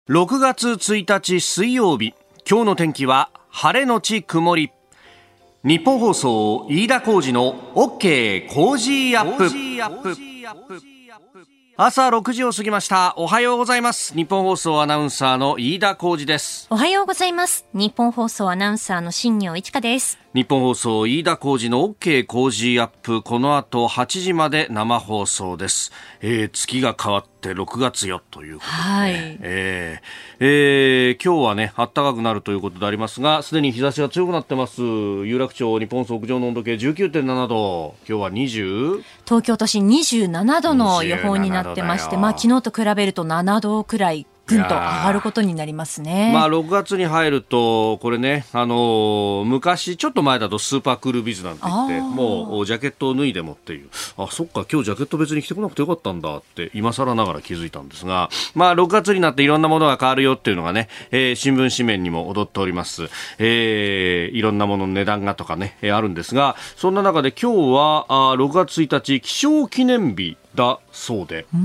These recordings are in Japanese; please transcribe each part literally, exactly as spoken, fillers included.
ろくがつついたち水曜日、今日の天気は晴れのち曇り。日本放送飯田浩司の OK コージーアップ。朝ろくじを過ぎました。おはようございます。日本放送アナウンサーの飯田浩司です。 おはようございます。日本放送アナウンサーの新業一華です。 日本放送飯田浩司の OK コージーアップ、この後はちじまで生放送です。えー、月が変わってろくがつよということで、ね、 はい、 えーえー、今日はね暖かくなるということでありますが、すでに日差しが強くなってます。有楽町日本放送屋上の温度計 じゅうきゅうてんななど、今日はにじゅう東京都心にじゅうななどの予報になってまして、まあ、昨日と比べるとななどくらいぐんと上がることになりますね。 まあ、ろくがつに入るとこれね、あのー、昔ちょっと前だとスーパークールビズなんて言ってもうジャケットを脱いでもっていう、あ、そっか今日ジャケット別に着てこなくてよかったんだって今更ながら気づいたんですが、まあ、ろくがつになっていろんなものが変わるよっていうのがね、えー、新聞紙面にも踊っております。えー、いろんなものの値段がとかね、えー、あるんですが、そんな中で今日はあろくがつついたち気象記念日だそうで、うん、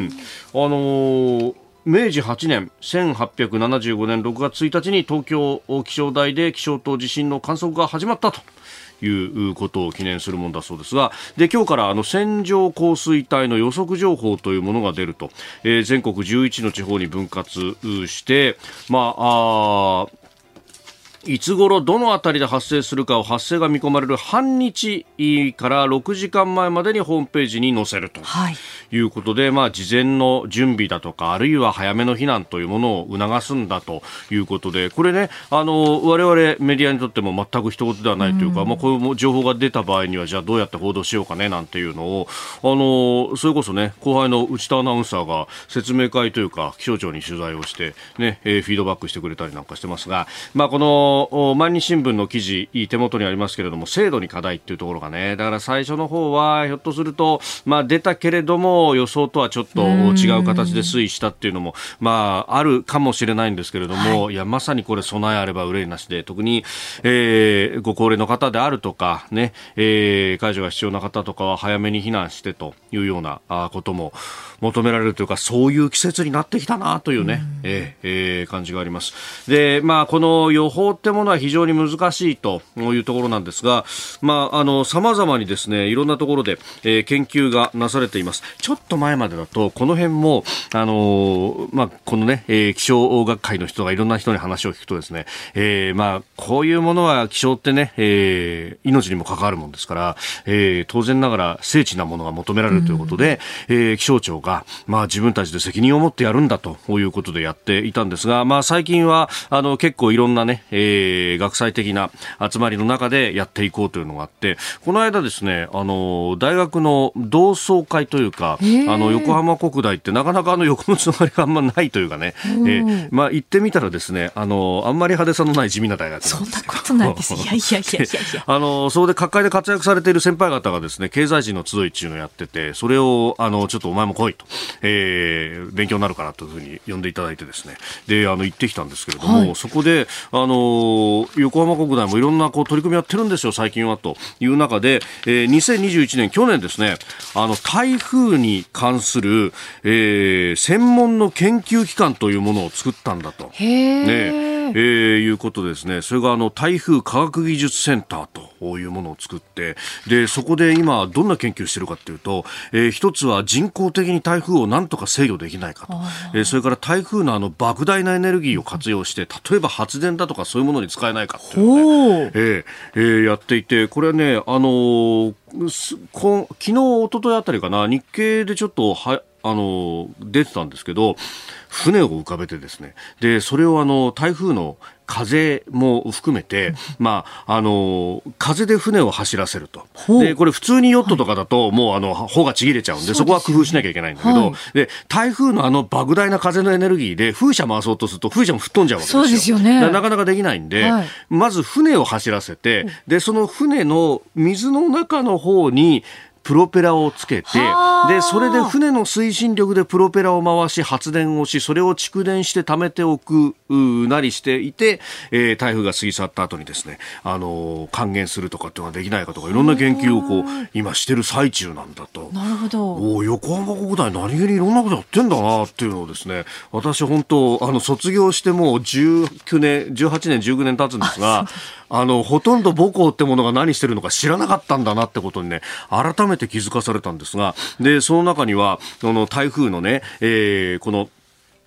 あのーめいじはちねんせんはっぴゃくななじゅうごねんろくがつついたちに東京気象台で気象と地震の観測が始まったということを記念するものだそうですが、で今日からあの線状降水帯の予測情報というものが出ると、えー、全国じゅういちの地方に分割して、まあ、あいつ頃どのあたりで発生するかを発生が見込まれる半日からろくじかんまえまでにホームページに載せるということで、はい、まあ、事前の準備だとかあるいは早めの避難というものを促すんだということで、これね、あの我々メディアにとっても全く一言ではないというか、うん、まあ、こういう情報が出た場合にはじゃあどうやって報道しようかねなんていうのを、あのそれこそね、後輩の内田アナウンサーが説明会というか気象庁に取材をして、ね、えー、フィードバックしてくれたりなんかしてますが、まあ、この毎日新聞の記事手元にありますけれども、精度に課題っていうところがね、だから最初の方はひょっとすると、まあ、出たけれども予想とはちょっと違う形で推移したっていうのも、まあ、あるかもしれないんですけれども、はい、いやまさにこれ備えあれば憂いなしで、特に、えー、ご高齢の方であるとか、ね、えー、介助が必要な方とかは早めに避難してというようなことも求められるというか、そういう季節になってきたなというね、えーえー、感じがあります。で、まあ、この予報ってものは非常に難しいというところなんですが、まあ、あの様々にですね、いろんなところで、えー、研究がなされています。ちょっと前までだとこの辺も、あのーまあ、このね、えー、気象学会の人がいろんな人に話を聞くとですね、えーまあ、こういうものは気象ってね、えー、命にも関わるものですから、えー、当然ながら精緻なものが求められるということで、うん、えー、気象庁が、まあ、自分たちで責任を持ってやるんだということでやっていたんですが、まあ、最近はあの結構いろんなね、えー、学際的な集まりの中でやっていこうというのがあって、この間ですね、あの大学の同窓会というか、あの横浜国大ってなかなかあの横のつながりがあんまないというかね、えーまあ、行ってみたらですね、あのあんまり派手さのない地味な大学なんです。 そんなことないです。いやいやいやいやいやあのそこで各界で活躍されている先輩方がですね、経済人の集いっていうのをやってて、それをあのちょっとお前も来いと、えー、勉強になるからというふうに呼んでいただいてですね、であの行ってきたんですけれども、はい、そこであの横浜国大もいろんなこう取り組みやってるんですよ最近はという中で、えー、にせんにじゅういちねん去年ですね、あの台風に関する、えー、専門の研究機関というものを作ったんだと、 へー、 ねえー、いうことですね。それがあの台風科学技術センターというものを作って、でそこで今どんな研究しているかというと、えー、一つは人工的に台風をなんとか制御できないかと、えー、それから台風のあの莫大なエネルギーを活用して例えば発電だとかそういうものに使えないかっていうのをね、えーえー、やっていて、これはね、あのー、こ昨日一昨日あたりかな、日経でちょっとはあの出てたんですけど、船を浮かべてですね、でそれをあの台風の風も含めて、まあ、あの風で船を走らせると。でこれ普通にヨットとかだと、はい、もうあの帆がちぎれちゃうんで、 そ, で、ね、そこは工夫しなきゃいけないんだけど、はい、で台風のあの莫大な風のエネルギーで風車回そうとすると風車も吹っ飛んじゃうわけですよ。 そうですよね。 なかなかできないんで、はい、まず船を走らせて、でその船の水の中の方にプロペラをつけて、でそれで船の推進力でプロペラを回し発電をし、それを蓄電して貯めておくなりしていて、えー、台風が過ぎ去った後にですね、あのー、還元するとかっていうのができないかとか、いろんな研究をこう今してる最中なんだと。 なるほど。 お横浜国大何気にいろんなことやってんだなっていうのをですね、私本当あの卒業してもうじゅうきゅうねんじゅうはちねんじゅうきゅうねん経つんですが、あのほとんど母校ってものが何してるのか知らなかったんだなってことにね、改めて気づかされたんですが、でその中にはあの台風のね、えー、この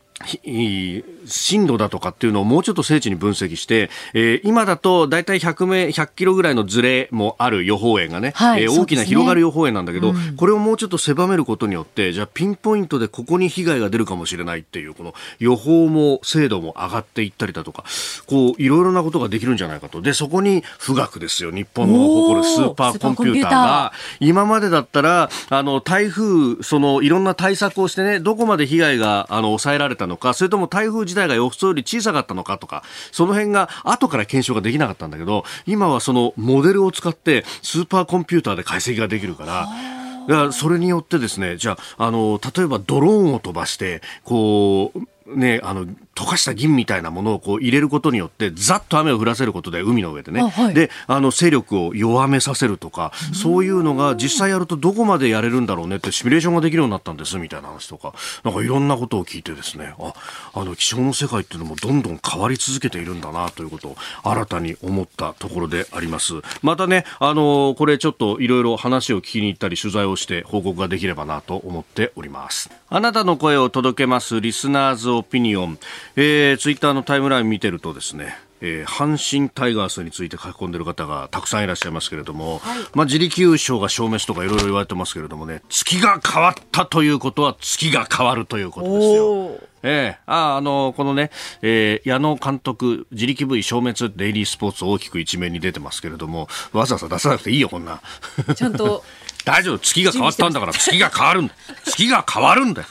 進路だとかっていうのをもうちょっと精緻に分析して、えー、今だとだいたいひゃくメ、ひゃくキロぐらいのズレもある予報円がね、はい、えー、大きな広がる予報円なんだけど、うん、これをもうちょっと狭めることによって、じゃあピンポイントでここに被害が出るかもしれないっていう、この予報も精度も上がっていったりだとか、こういろいろなことができるんじゃないかと。でそこに富岳ですよ、日本の誇るスーパーコンピューターが、今までだったらあの台風、そのいろんな対策をしてね、どこまで被害があの抑えられたのか、それとも台風自体が予想より小さかったのかとか、その辺が後から検証ができなかったんだけど、今はそのモデルを使ってスーパーコンピューターで解析ができるから、だからそれによってですね、じゃあ、あの例えばドローンを飛ばしてこうね、あの溶かした銀みたいなものをこう入れることによってざっと雨を降らせることで、海の上でね、はい、であの勢力を弱めさせるとか、そういうのが実際やるとどこまでやれるんだろうねってシミュレーションができるようになったんですみたいな話とか、なんかいろんなことを聞いてですね、ああの気象の世界っていうのもどんどん変わり続けているんだなということを新たに思ったところであります。またね、あのこれちょっといろいろ話を聞きに行ったり取材をして報告ができればなと思っております。あなたの声を届けますリスナーズオピニオン、えー、ツイッターのタイムライン見てるとですね、えー、阪神タイガースについて書き込んでいる方がたくさんいらっしゃいますけれども、はい、まあ、自力優勝が消滅とかいろいろ言われてますけれどもね、月が変わったということは月が変わるということですよ。えー、ああのこのね、えー、矢野監督自力 V 消滅デイリースポーツ大きく一面に出てますけれども、わざわざ出さなくていいよこんなちゃんと大丈夫、月が変わったんだから月が変わるんだ月が変わるんだよ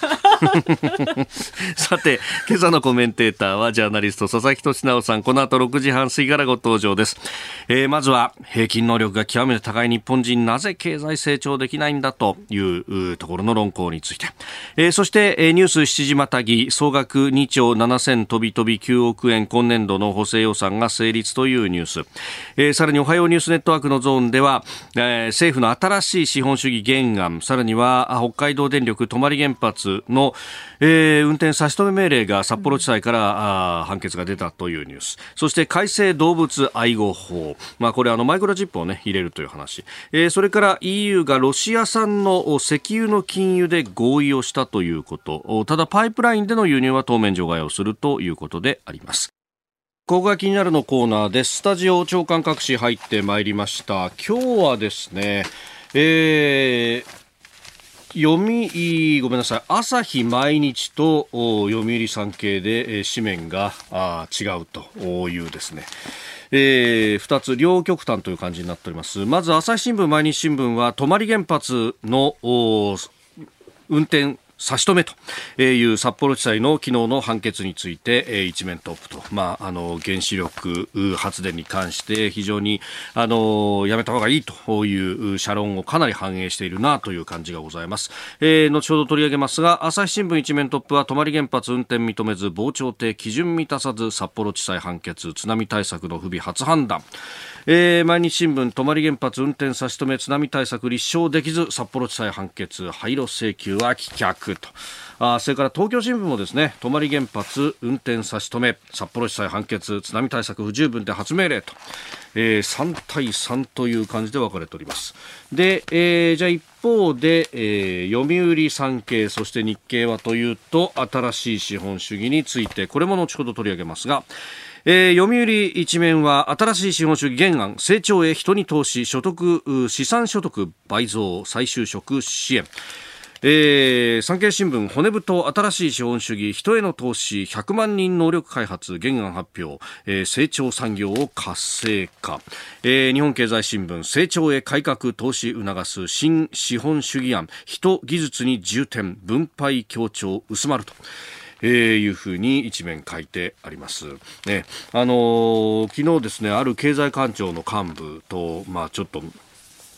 さて今朝のコメンテーターはジャーナリスト佐々木俊直さん、この後ろくじはん過ぎからご登場です。えー、まずは平均能力が極めて高い日本人、なぜ経済成長できないんだというところの論考について、えー、そして、えー、ニュースしちじまたぎ総額にちょうななせん飛び飛びきゅうおくえん今年度の補正予算が成立というニュース、えー、さらにおはようニュースネットワークのゾーンでは、えー、政府の新しい資本主義原案、さらには北海道電力泊原発の、えー、運転差し止め命令が札幌地裁からあ判決が出たというニュース、そして改正動物愛護法、まあ、これあのマイクロチップを、ね、入れるという話、えー、それから イーユー がロシア産の石油の禁輸で合意をしたということ、ただパイプラインでの輸入は当面除外をするということであります。ここが気になるのコーナーです。スタジオ長官各紙入ってまいりました。今日はですね、えー、読みごめんなさい朝日毎日と読売産経で、えー、紙面があ違うというですね、えー、ふたつ両極端という感じになっております。まず朝日新聞毎日新聞は泊原発の運転差し止めという札幌地裁の昨日の判決について一面トップと、まあ、あの原子力発電に関して非常にあのやめた方がいいという社論をかなり反映しているなという感じがございます。えー、後ほど取り上げますが、朝日新聞一面トップは泊原発運転認めず防潮堤基準満たさず札幌地裁判決、津波対策の不備初判断。えー、毎日新聞泊原発運転差し止め津波対策立証できず札幌地裁判決廃炉請求は棄却と、あそれから東京新聞もですね、泊原発運転差し止め札幌地裁判決津波対策不十分で初命令と、えー、さんたいさんという感じで分かれております。で、えー、じゃあ一方で、えー、読売産経そして日経はというと新しい資本主義について、これも後ほど取り上げますが、えー、読売一面は新しい資本主義原案成長へ人に投資所得資産所得倍増再就職支援、えー、産経新聞骨太新しい資本主義人への投資ひゃくまんにん能力開発原案発表、えー、成長産業を活性化、えー、日本経済新聞成長へ改革投資促す新資本主義案人技術に重点分配強調薄まるとえー、いうふうに一面書いてあります、ね。あのー、昨日ですね、ある経済官庁の幹部と、まあ、ちょっと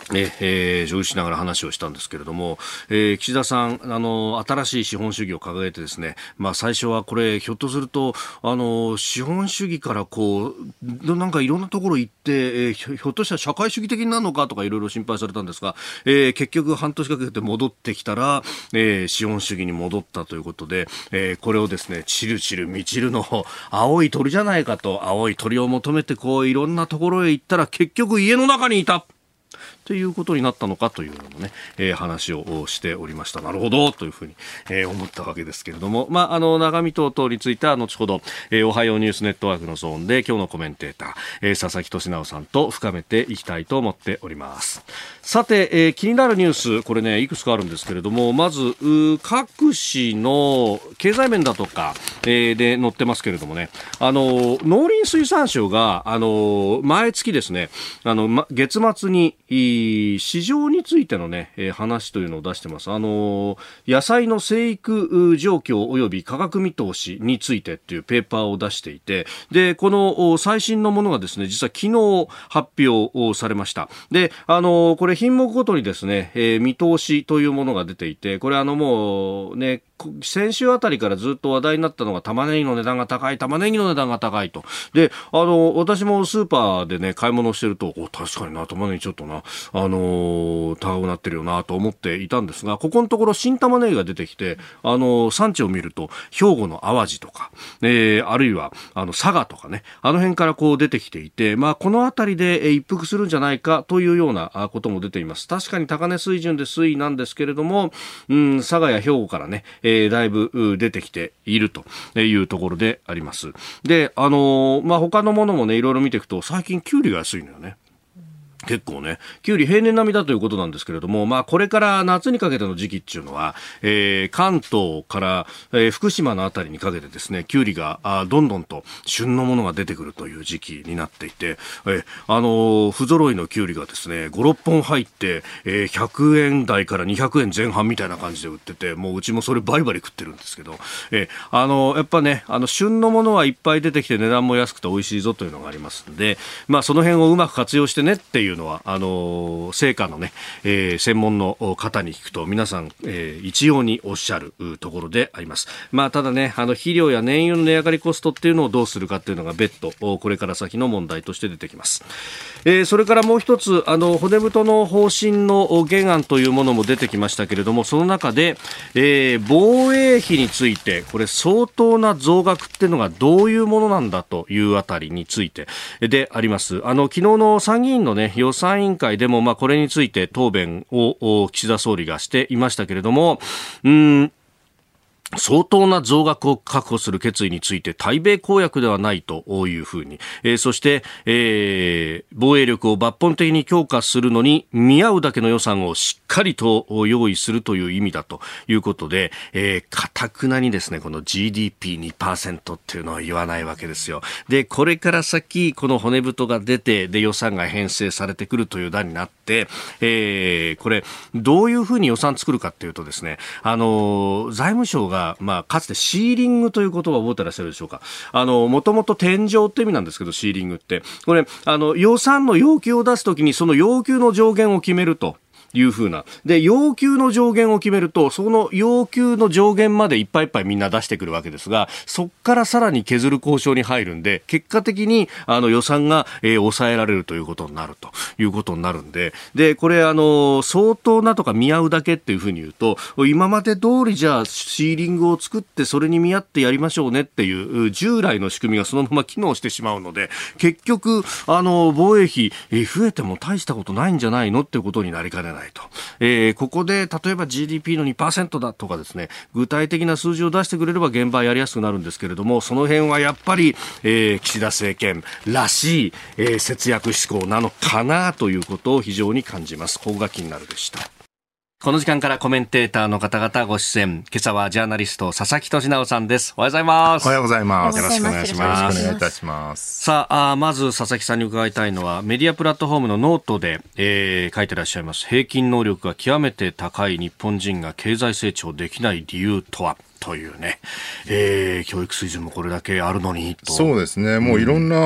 ええー、上司しながら話をしたんですけれども、えー、岸田さんあの新しい資本主義を掲げてですね、まあ、最初はこれひょっとするとあの資本主義からこうなんかいろんなところ行って、えー、ひょっとしたら社会主義的になるのかとかいろいろ心配されたんですが、えー、結局半年かけて戻ってきたら、えー、資本主義に戻ったということで、えー、これをですねチルチルミチルの青い鳥じゃないかと青い鳥を求めてこういろんなところへ行ったら結局家の中にいたということになったのかというのもね、えー、話をしておりました。なるほどというふうに、えー、思ったわけですけれども、まあ、あの長見等々については後ほど、えー、おはようニュースネットワークのゾーンで今日のコメンテーター、えー、佐々木俊直さんと深めていきたいと思っております。さて、えー、気になるニュースこれねいくつかあるんですけれども、まず各紙の経済面だとか、えー、で載ってますけれどもね、あの農林水産省があの毎月ですねあの、ま、月末に市場についての、ね、話というのを出してます。あの野菜の生育状況及び価格見通しについてというペーパーを出していて、でこの最新のものがですね実は昨日発表されました。であのこれ品目ごとにですね、えー、見通しというものが出ていて、これあのもうね先週あたりからずっと話題になったのが玉ねぎの値段が高い玉ねぎの値段が高いと。であの私もスーパーでね買い物してるとお確かにな玉ねぎちょっとなあのー、高くなってるよなと思っていたんですが、ここのところ新玉ねぎが出てきて、あのー、産地を見ると兵庫の淡路とか、えー、あるいはあの佐賀とかねあの辺からこう出てきていて、まあ、このあたりで、えー、一服するんじゃないかというようなことも出ています。確かに高値水準で推移なんですけれども、うん、佐賀や兵庫からね、えー、だいぶ出てきているというところであります。で、あのーまあ、他のものもねいろいろ見ていくと最近キュウリが安いのよね。結構ね、キュウリ平年並みだということなんですけれども、まあこれから夏にかけての時期っていうのは、えー、関東から、えー、福島のあたりにかけてですね、キュウリがあどんどんと旬のものが出てくるという時期になっていて、えー、あのー、不揃いのキュウリがですね、ご、ろっぽん入って、えー、ひゃくえん台からにひゃくえんぜん半みたいな感じで売ってて、もううちもそれバリバリ食ってるんですけど、えー、あのー、やっぱね、あの旬のものはいっぱい出てきて値段も安くて美味しいぞというのがありますので、まあその辺をうまく活用してねっていうのはあの成果のね、えー、専門の方に聞くと皆さん、えー、一様におっしゃるところであります。まあただねあの肥料や燃油の値上がりコストっていうのをどうするかっていうのが別途これから先の問題として出てきます。えー、それからもう一つあの骨太の方針の原案というものも出てきましたけれども、その中で、えー、防衛費についてこれ相当な増額っていうのがどういうものなんだというあたりについてであります。あの昨日の参議院のね予算委員会でもまあこれについて答弁を岸田総理がしていましたけれども、うーん相当な増額を確保する決意について対米公約ではないというふうに、えー、そして、えー、防衛力を抜本的に強化するのに見合うだけの予算をしっかりと用意するという意味だということで、えー、堅くなにですねこの ジーディーピーにパーセント っていうのは言わないわけですよ。でこれから先この骨太が出てで予算が編成されてくるという段になって、えー、これどういうふうに予算作るかっていうとですね、あのー、財務省がまあ、かつてシーリングという言葉を覚えてらっしゃるでしょうか。あの、もともと天井って意味なんですけど、シーリングって。これ、あの、予算の要求を出すときにその要求の上限を決めると。いう風な。で、要求の上限を決めると、その要求の上限までいっぱいいっぱいみんな出してくるわけですが、そこからさらに削る交渉に入るんで、結果的にあの予算が、えー、抑えられるということになるということになるんで、で、これあの、相当なとか見合うだけっていう風に言うと、今まで通りじゃあシーリングを作ってそれに見合ってやりましょうねっていう従来の仕組みがそのまま機能してしまうので、結局、あの、防衛費、えー、増えても大したことないんじゃないのっていうことになりかねない。とえー、ここで例えば ジーディーピー の にパーセント だとかですね、具体的な数字を出してくれれば現場はやりやすくなるんですけれども、その辺はやっぱり、えー、岸田政権らしい、えー、節約志向なのかなということを非常に感じます。ここが気になるでした。この時間からコメンテーターの方々ご出演。今朝はジャーナリスト佐々木俊直さんです。おはようございます。 おはようございます。 よろしくお願いします。 よろしくお願いいたします。 さあ、あまず佐々木さんに伺いたいのはメディアプラットフォームのノートで、えー、書いてらっしゃいます。平均能力が極めて高い日本人が経済成長できない理由とはというね、えー、教育水準もこれだけあるのにと。 そうですね。もういろんな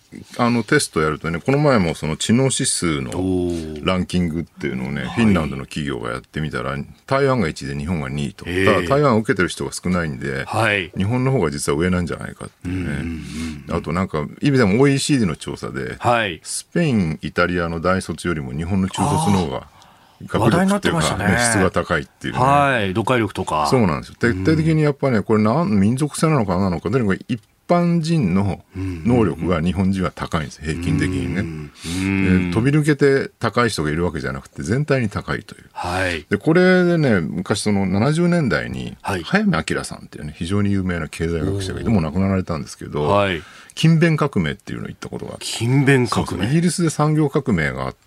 あのテストやるとね、この前もその知能指数のランキングっていうのをね、フィンランドの企業がやってみたら、台湾がいちいで日本がにいと。ただ台湾を受けてる人が少ないんで、はい、日本の方が実は上なんじゃないかっていうね。うんうん、あとなんか、意味でも オーイーシーディー の調査で、はい、スペイン、イタリアの大卒よりも日本の中卒の方が、学力っていうか、ね、質が高いっていう、ね、 はい、読解力とか。 そうなんですよ。徹底的にやっぱね、これなん民族性なのかなのか、とにかく一般人の能力が日本人は高いんです、平均的にね。で飛び抜けて高い人がいるわけじゃなくて、全体に高いという。はい、でこれでね、昔そのななじゅうねんだいに、はい、早見明さんっていうね、非常に有名な経済学者がいて、もう亡くなられたんですけど、はい、勤勉革命っていうのを言ったことがあって。 勤勉革命。 そうそう、イギリスで産業革命があって、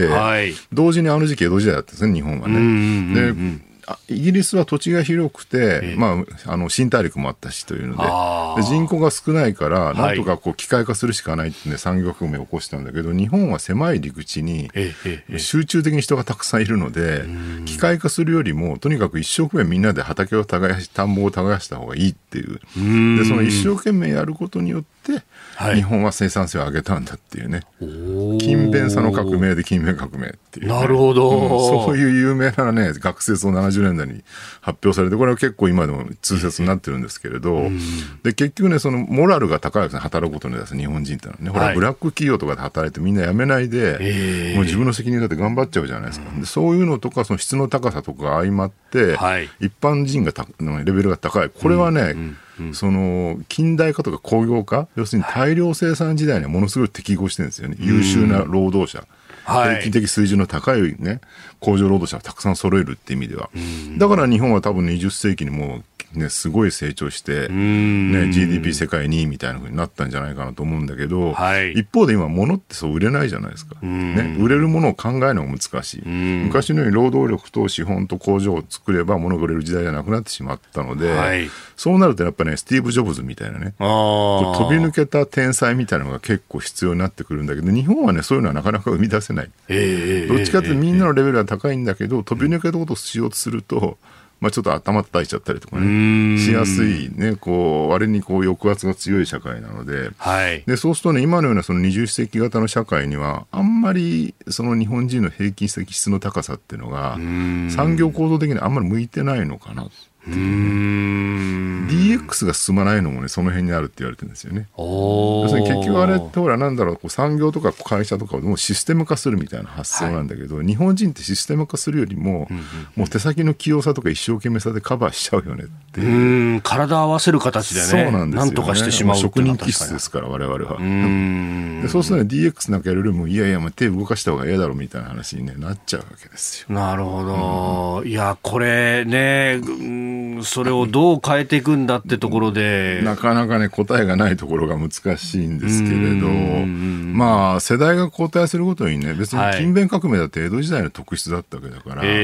はい、同時にあの時期江戸時代だったんですね、日本はね。うんうんうん、でイギリスは土地が広くて、まあ、あの新大陸もあったしというの で, で人口が少ないからなんとかこう機械化するしかないって、ね、産業革命を起こしたんだけど、日本は狭い陸地に集中的に人がたくさんいるので、機械化するよりもとにかく一生懸命みんなで畑を耕し田んぼを耕した方がいいっていう、でその一生懸命やることによって日本は生産性を上げたんだっていうね、勤勉さの革命で勤勉革命っていう、ね、 なるほど、 うん、そういう有名な、ね、学説をななじゅうねんだいに発表されて、これは結構今でも通説になってるんですけれど、うん、で結局ね、そのモラルが高いですね、働くことに出す日本人ってのはね、ほら、はい、ブラック企業とかで働いてみんな辞めないで、えー、もう自分の責任だって頑張っちゃうじゃないですか、うん、でそういうのとかその質の高さとかが相まって、はい、一般人がたレベルが高い、これはね、うんうんうん、その近代化とか工業化、要するに大量生産時代にはものすごい適合してるんですよね、優秀な労働者、はい、平均的水準の高い、ね、工場労働者をたくさん揃えるって意味では、だから日本は多分にじゅっせいきにもう、ね、すごい成長して、ね、ジーディーピー 世界にいみたいな風になったんじゃないかなと思うんだけど、はい、一方で今物ってそう売れないじゃないですか、ね、売れるものを考えるのが難しい。昔のように労働力と資本と工場を作れば物が売れる時代じゃなくなってしまったので、はい、そうなるとやっぱね、スティーブ・ジョブズみたいなね、飛び抜けた天才みたいなのが結構必要になってくるんだけど、日本はね、そういうのはなかなか生み出せない。えー、どっちかというとみんなのレベルは高いんだけど、飛び抜けたことをしようとすると、まあ、ちょっと頭叩いちゃったりとかね、しやすいね、こう割にこう抑圧が強い社会なので、はい、でそうするとね、今のようなそのにじゅっせいき型の社会にはあんまりその日本人の平均的質の高さっていうのが産業構造的にあんまり向いてないのかな。うーん ディーエックス が進まないのもね、その辺にあるって言われてるんですよね。要するに結局あれってほら、なんだろう、こう産業とか会社とかをもうシステム化するみたいな発想なんだけど、はい、日本人ってシステム化するよりも、うんうん、もう手先の器用さとか一生懸命さでカバーしちゃうよねっていう。うーん、体を合わせる形でね、 そうなんですよね、 なんとかしてしまうっていうのは職人気質ですから我々は。うーんでそうするとね、 ディーエックス なんかやるよりもいやいやもう手動かした方がええだろみたいな話に、ね、なっちゃうわけですよ。 なるほど、うん、いやこれね、うん、それをどう変えていくんだってところで、 なかなかね、答えがないところが難しいんですけれど、まあ世代が交代するごとにね、別に勤勉革命だって江戸時代の特質だったわけだから、はい、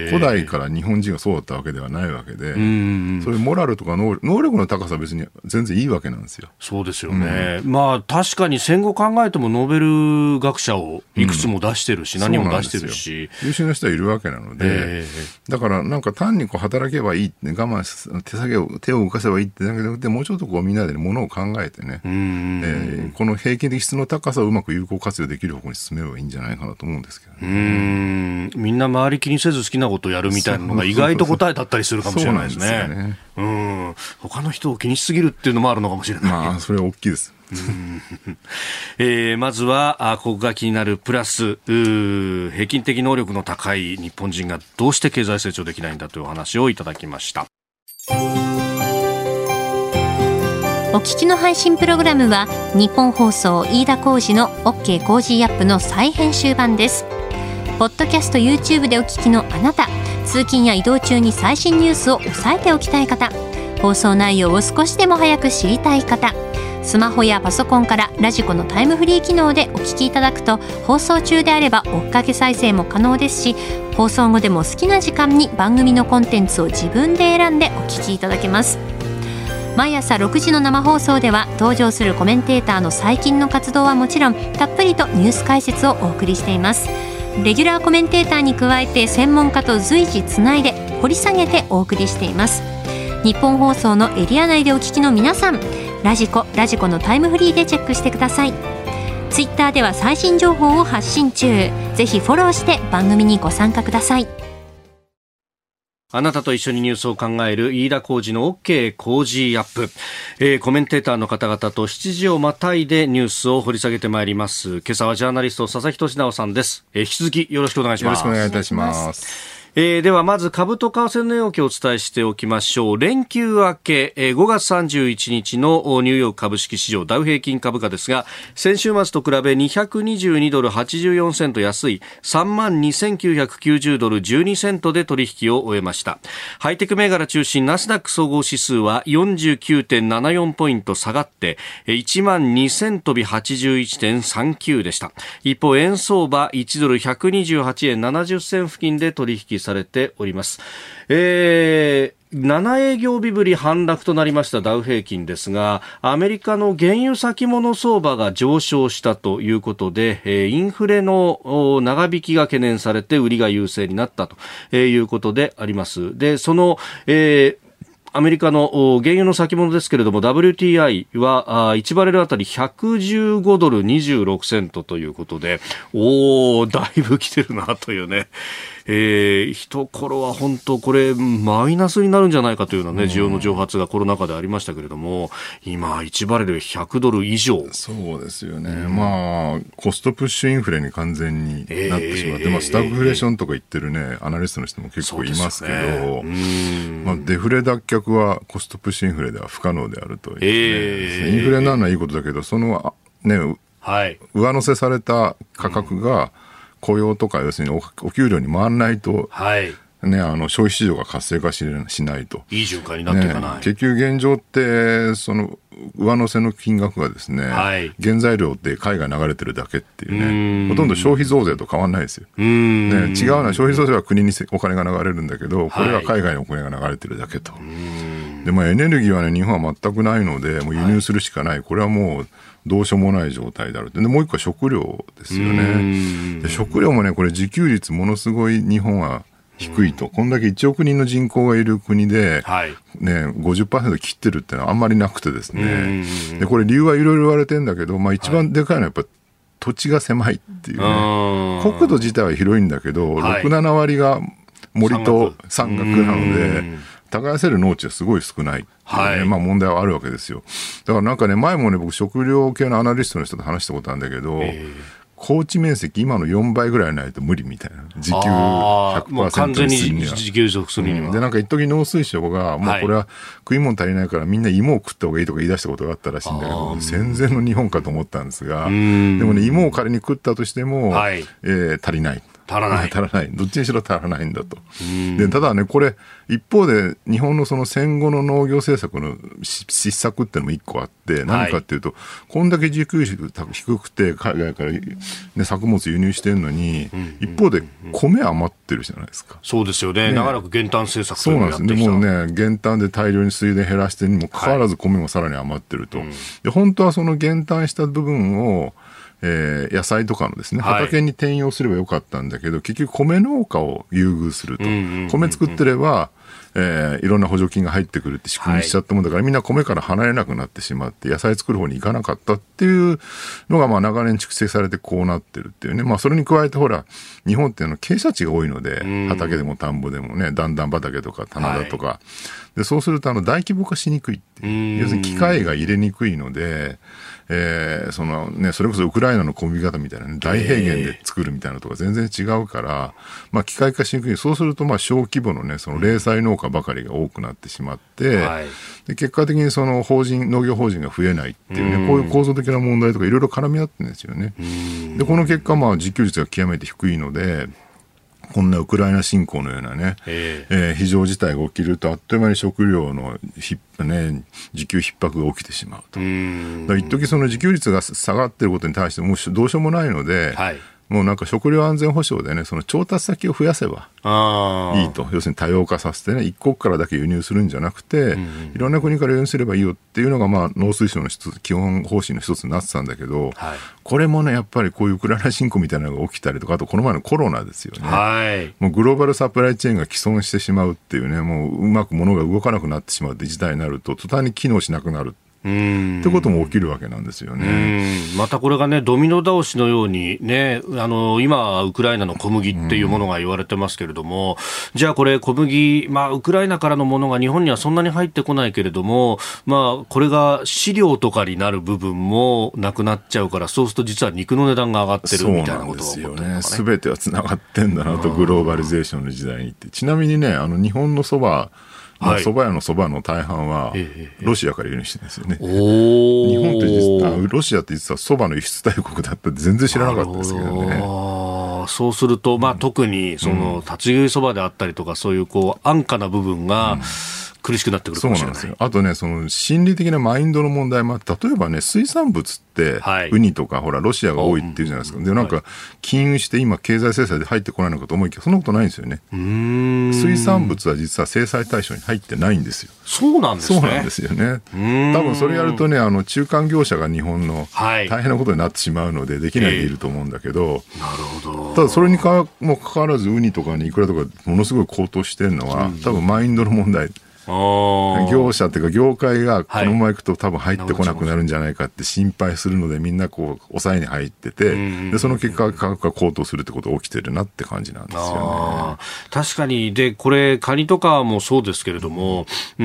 古代から日本人がそうだったわけではないわけで、そういうモラルとか能力、能力の高さは別に全然いいわけなんですよ。 そうですよね、うん、まあ確かに戦後考えてもノーベル学者をいくつも出してるし、うん、何も出してるし優秀な人はいるわけなので、えー、だからなんか単にこう働けばいいって、ね、我慢し手先を手を動かせばいいってだけじゃなくて、もうちょっとこうみんなで、ね、ものを考えてね、うんえー、この平均的質の高さをうまく有効活用できる方向に進めればいいんじゃないかなと思うんですけど、ね、 うんみんな周り気にせず好きなことをやるみたいなのが意外と答えだったりするかもしれないですね。そうなんですよね。うん他の人を気にしすぎるっていうのもあるのかもしれない。 まあそれは大きいです。 うんえー、まずはあここが気になるプラス平均的能力の高い日本人がどうして経済成長できないんだというお話をいただきました。 お聞きの配信プログラムは日本放送飯田浩司の OK コージーアップの再編集版です。ポッドキャスト YouTube でお聞きのあなた、通勤や移動中に最新ニュースを押さえておきたい方、放送内容を少しでも早く知りたい方、スマホやパソコンからラジコのタイムフリー機能でお聞きいただくと、放送中であれば追っかけ再生も可能ですし、放送後でも好きな時間に番組のコンテンツを自分で選んでお聞きいただけます。毎朝ろくじの生放送では登場するコメンテーターの最近の活動はもちろん、たっぷりとニュース解説をお送りしています。レギュラーコメンテーターに加えて専門家と随時つないで掘り下げてお送りしています。日本放送のエリア内でお聞きの皆さん、ラジコラジコのタイムフリーでチェックしてください。 ツイッターでは最新情報を発信中。ぜひフォローして番組にご参加ください。 あなたと一緒にニュースを考える飯田浩司の OK 工事アップ、えー、コメンテーターの方々としちじをまたいでニュースを掘り下げてまいります。今朝はジャーナリスト佐々木俊直さんです。えー、引き続きよろしくお願いします。 よろしくお願いいたします。 えー、ではまず株と為替の値動きをお伝えしておきましょう。連休明け、えー、ごがつさんじゅういちにちのニューヨーク株式市場ダウ平均株価ですが、先週末と比べにひゃくにじゅうにドルはちじゅうよんセント安い さんまんにせんきゅうひゃくきゅうじゅうドルじゅうにセントで取引を終えました。ハイテク銘柄中心ナスダック総合指数は よんじゅうきゅうてんななよん ポイント下がっていちまんにせん飛び はちじゅういってんさんきゅうでした。一方円相場いちドルひゃくにじゅうはちえんななじゅっせん付近で取引されております。えー、なな営業日ぶり反落となりましたダウ平均ですが、アメリカの原油先物相場が上昇したということで、えー、インフレの長引きが懸念されて売りが優勢になったということであります。で、その、えーアメリカの原油の先物ですけれども ダブリューティーアイ はいちバレルあたりひゃくじゅうごドルにじゅうろくセントということで、おーだいぶ来てるなというね、えー、一頃は本当これマイナスになるんじゃないかというようなね、需要の蒸発がコロナ禍でありましたけれども、今いちバレルひゃくドル以上。 そうですよね、うん、まあコストプッシュインフレに完全になってしまって、えーまあ、スタグフレーションとか言ってるねアナリストの人も結構いますけど、ね、うんまあ、デフレ脱却はコストプッシュインフレでは不可能であるという、ねえー、インフレになるのはいいことだけど、そのね、はい、上乗せされた価格が雇用とか要するに お, お給料に回らないと、はいね、あの消費市場が活性化 し, しないといい循環になっていかない、ね、 結局現状ってその上乗せの金額がですね、はい、原材料って海外流れてるだけっていうね、ほとんど消費増税と変わらないですよ。うん、ね、違うのは消費増税は国にお金が流れるんだけど、これは海外にお金が流れてるだけと、はい、でまあ、エネルギーはね日本は全くないのでもう輸入するしかない、はい、これはもうどうしようもない状態である。でもう一個は食料ですよね。で食料もねこれ自給率ものすごい日本は低いと、こんだけいちおくにんの人口がいる国で、はいね、ごじゅっパーセント 切ってるってのはあんまりなくてですね、でこれ理由はいろいろ言われてるんだけど、まあ、一番でかいのはやっぱり土地が狭いっていうね、国土自体は広いんだけど、はい、ろく、ななわりが森と山岳なので耕せる農地はすごい少ないっていうね、はいまあ、問題はあるわけですよ。だからなんかね前もね僕食料系のアナリストの人と話したことあるんだけど、えー高地面積今のよんばいぐらいないと無理みたいな、自給 ひゃくパーセント にするには自給足するには、 うん、でなんか一時農水省がもうこれは食い物足りないからみんな芋を食った方がいいとか言い出したことがあったらしいんだけど、戦前の日本かと思ったんですが、でもね芋を仮に食ったとしても、はいえー、足りない足らない足らないどっちにしろ足らないんだと。でただねこれ一方で日本のその戦後の農業政策の失策っていうのも一個あって、何かっていうと、はい、こんだけ自給率低くて海外から、ね、作物輸入してるのに、うんうんうん、一方で米余ってるじゃないですか。 そうですよ ね, ね長らく減反政策そうなんですね。もうね減反で大量に水田減らしてるにもかかわらず米もさらに余ってると、はい、で本当はその減反した部分をえー、野菜とかのですね畑に転用すればよかったんだけど、はい、結局米農家を優遇すると、うんうんうんうん、米作ってれば、えー、いろんな補助金が入ってくるって仕組みにしちゃったもんだから、はい、みんな米から離れなくなってしまって野菜作る方に行かなかったっていうのがまあ長年蓄積されてこうなってるっていうね、まあ、それに加えてほら日本っていうのは傾斜地が多いので、うん、畑でも田んぼでもね段々畑とか棚田とか、はい、でそうするとあの大規模化しにくいっていう、うん、要するに機械が入れにくいのでえーそのね、それこそウクライナの小麦型みたいな、ね、大平原で作るみたいなとか全然違うから、まあ、機械化しにくい。そうするとまあ小規模の、ね、その零細農家ばかりが多くなってしまって、はい、で結果的にその法人農業法人が増えないっていうね、うこういう構造的な問題とかいろいろ絡み合ってるんですよね。でこの結果まあ自給率が極めて低いのでこんなウクライナ侵攻のようなね、えーえー、非常事態が起きるとあっという間に食料のひ、ね、自給逼迫が起きてしまうと。うだ一時その自給率が下がっていることに対してもうどうしようもないので、はい、もうなんか食料安全保障でねその調達先を増やせばいいと。要するに多様化させてね一国からだけ輸入するんじゃなくて、うん、いろんな国から輸入すればいいよっていうのがまあ農水省の一つ基本方針の一つになってたんだけど、はい、これもねやっぱりこういうウクライナ侵攻みたいなのが起きたりとかあとこの前のコロナですよね、はい、もうグローバルサプライチェーンが既存してしまうっていうねもううまく物が動かなくなってしまうって事態になると途端に機能しなくなるうんってことも起きるわけなんですよね。 うんまたこれがねドミノ倒しのようにね、あの今ウクライナの小麦っていうものが言われてますけれども、じゃあこれ小麦、まあ、ウクライナからのものが日本にはそんなに入ってこないけれども、まあ、これが飼料とかになる部分もなくなっちゃうから、そうすると実は肉の値段が上がってるみたいなことが起こってるのかね。 すべてはつながってんだなと、グローバリゼーションの時代にって。ちなみにね、あの日本のそばまあ、蕎麦屋の蕎麦の大半はロシアから輸入してるんですよね。 お日本って実はロシアって実は蕎麦の輸出大国だったって全然知らなかったですけどね。 あそうすると、まあ、特にその立ち食い蕎麦であったりとか、そういうこう安価な部分が、うん苦しくなってくるかもしれない。 そうなんですよ。あとね、その心理的なマインドの問題も、例えばね、水産物って、はい、ウニとかほらロシアが多いっていうじゃないですか。でなんか禁輸して今経済制裁で入ってこないのかと思いきやそんなことないんですよね。 うーん水産物は実は制裁対象に入ってないんですよ。 そうなんですね。 そうなんですよね。多分それやるとね、あの中間業者が日本の大変なことになってしまうのでできないでいると思うんだけど、 えー、なるほど。 ただそれにかもかかわらずウニとかにイクラとかものすごい高騰してるのは、多分マインドの問題。業者っていうか業界がこのままいくと多分入ってこなくなるんじゃないかって心配するので、みんなこう抑えに入ってて、でその結果価格が高騰するってことが起きてるなって感じなんですよね。 確かに。でこれカニとかもそうですけれども、うん、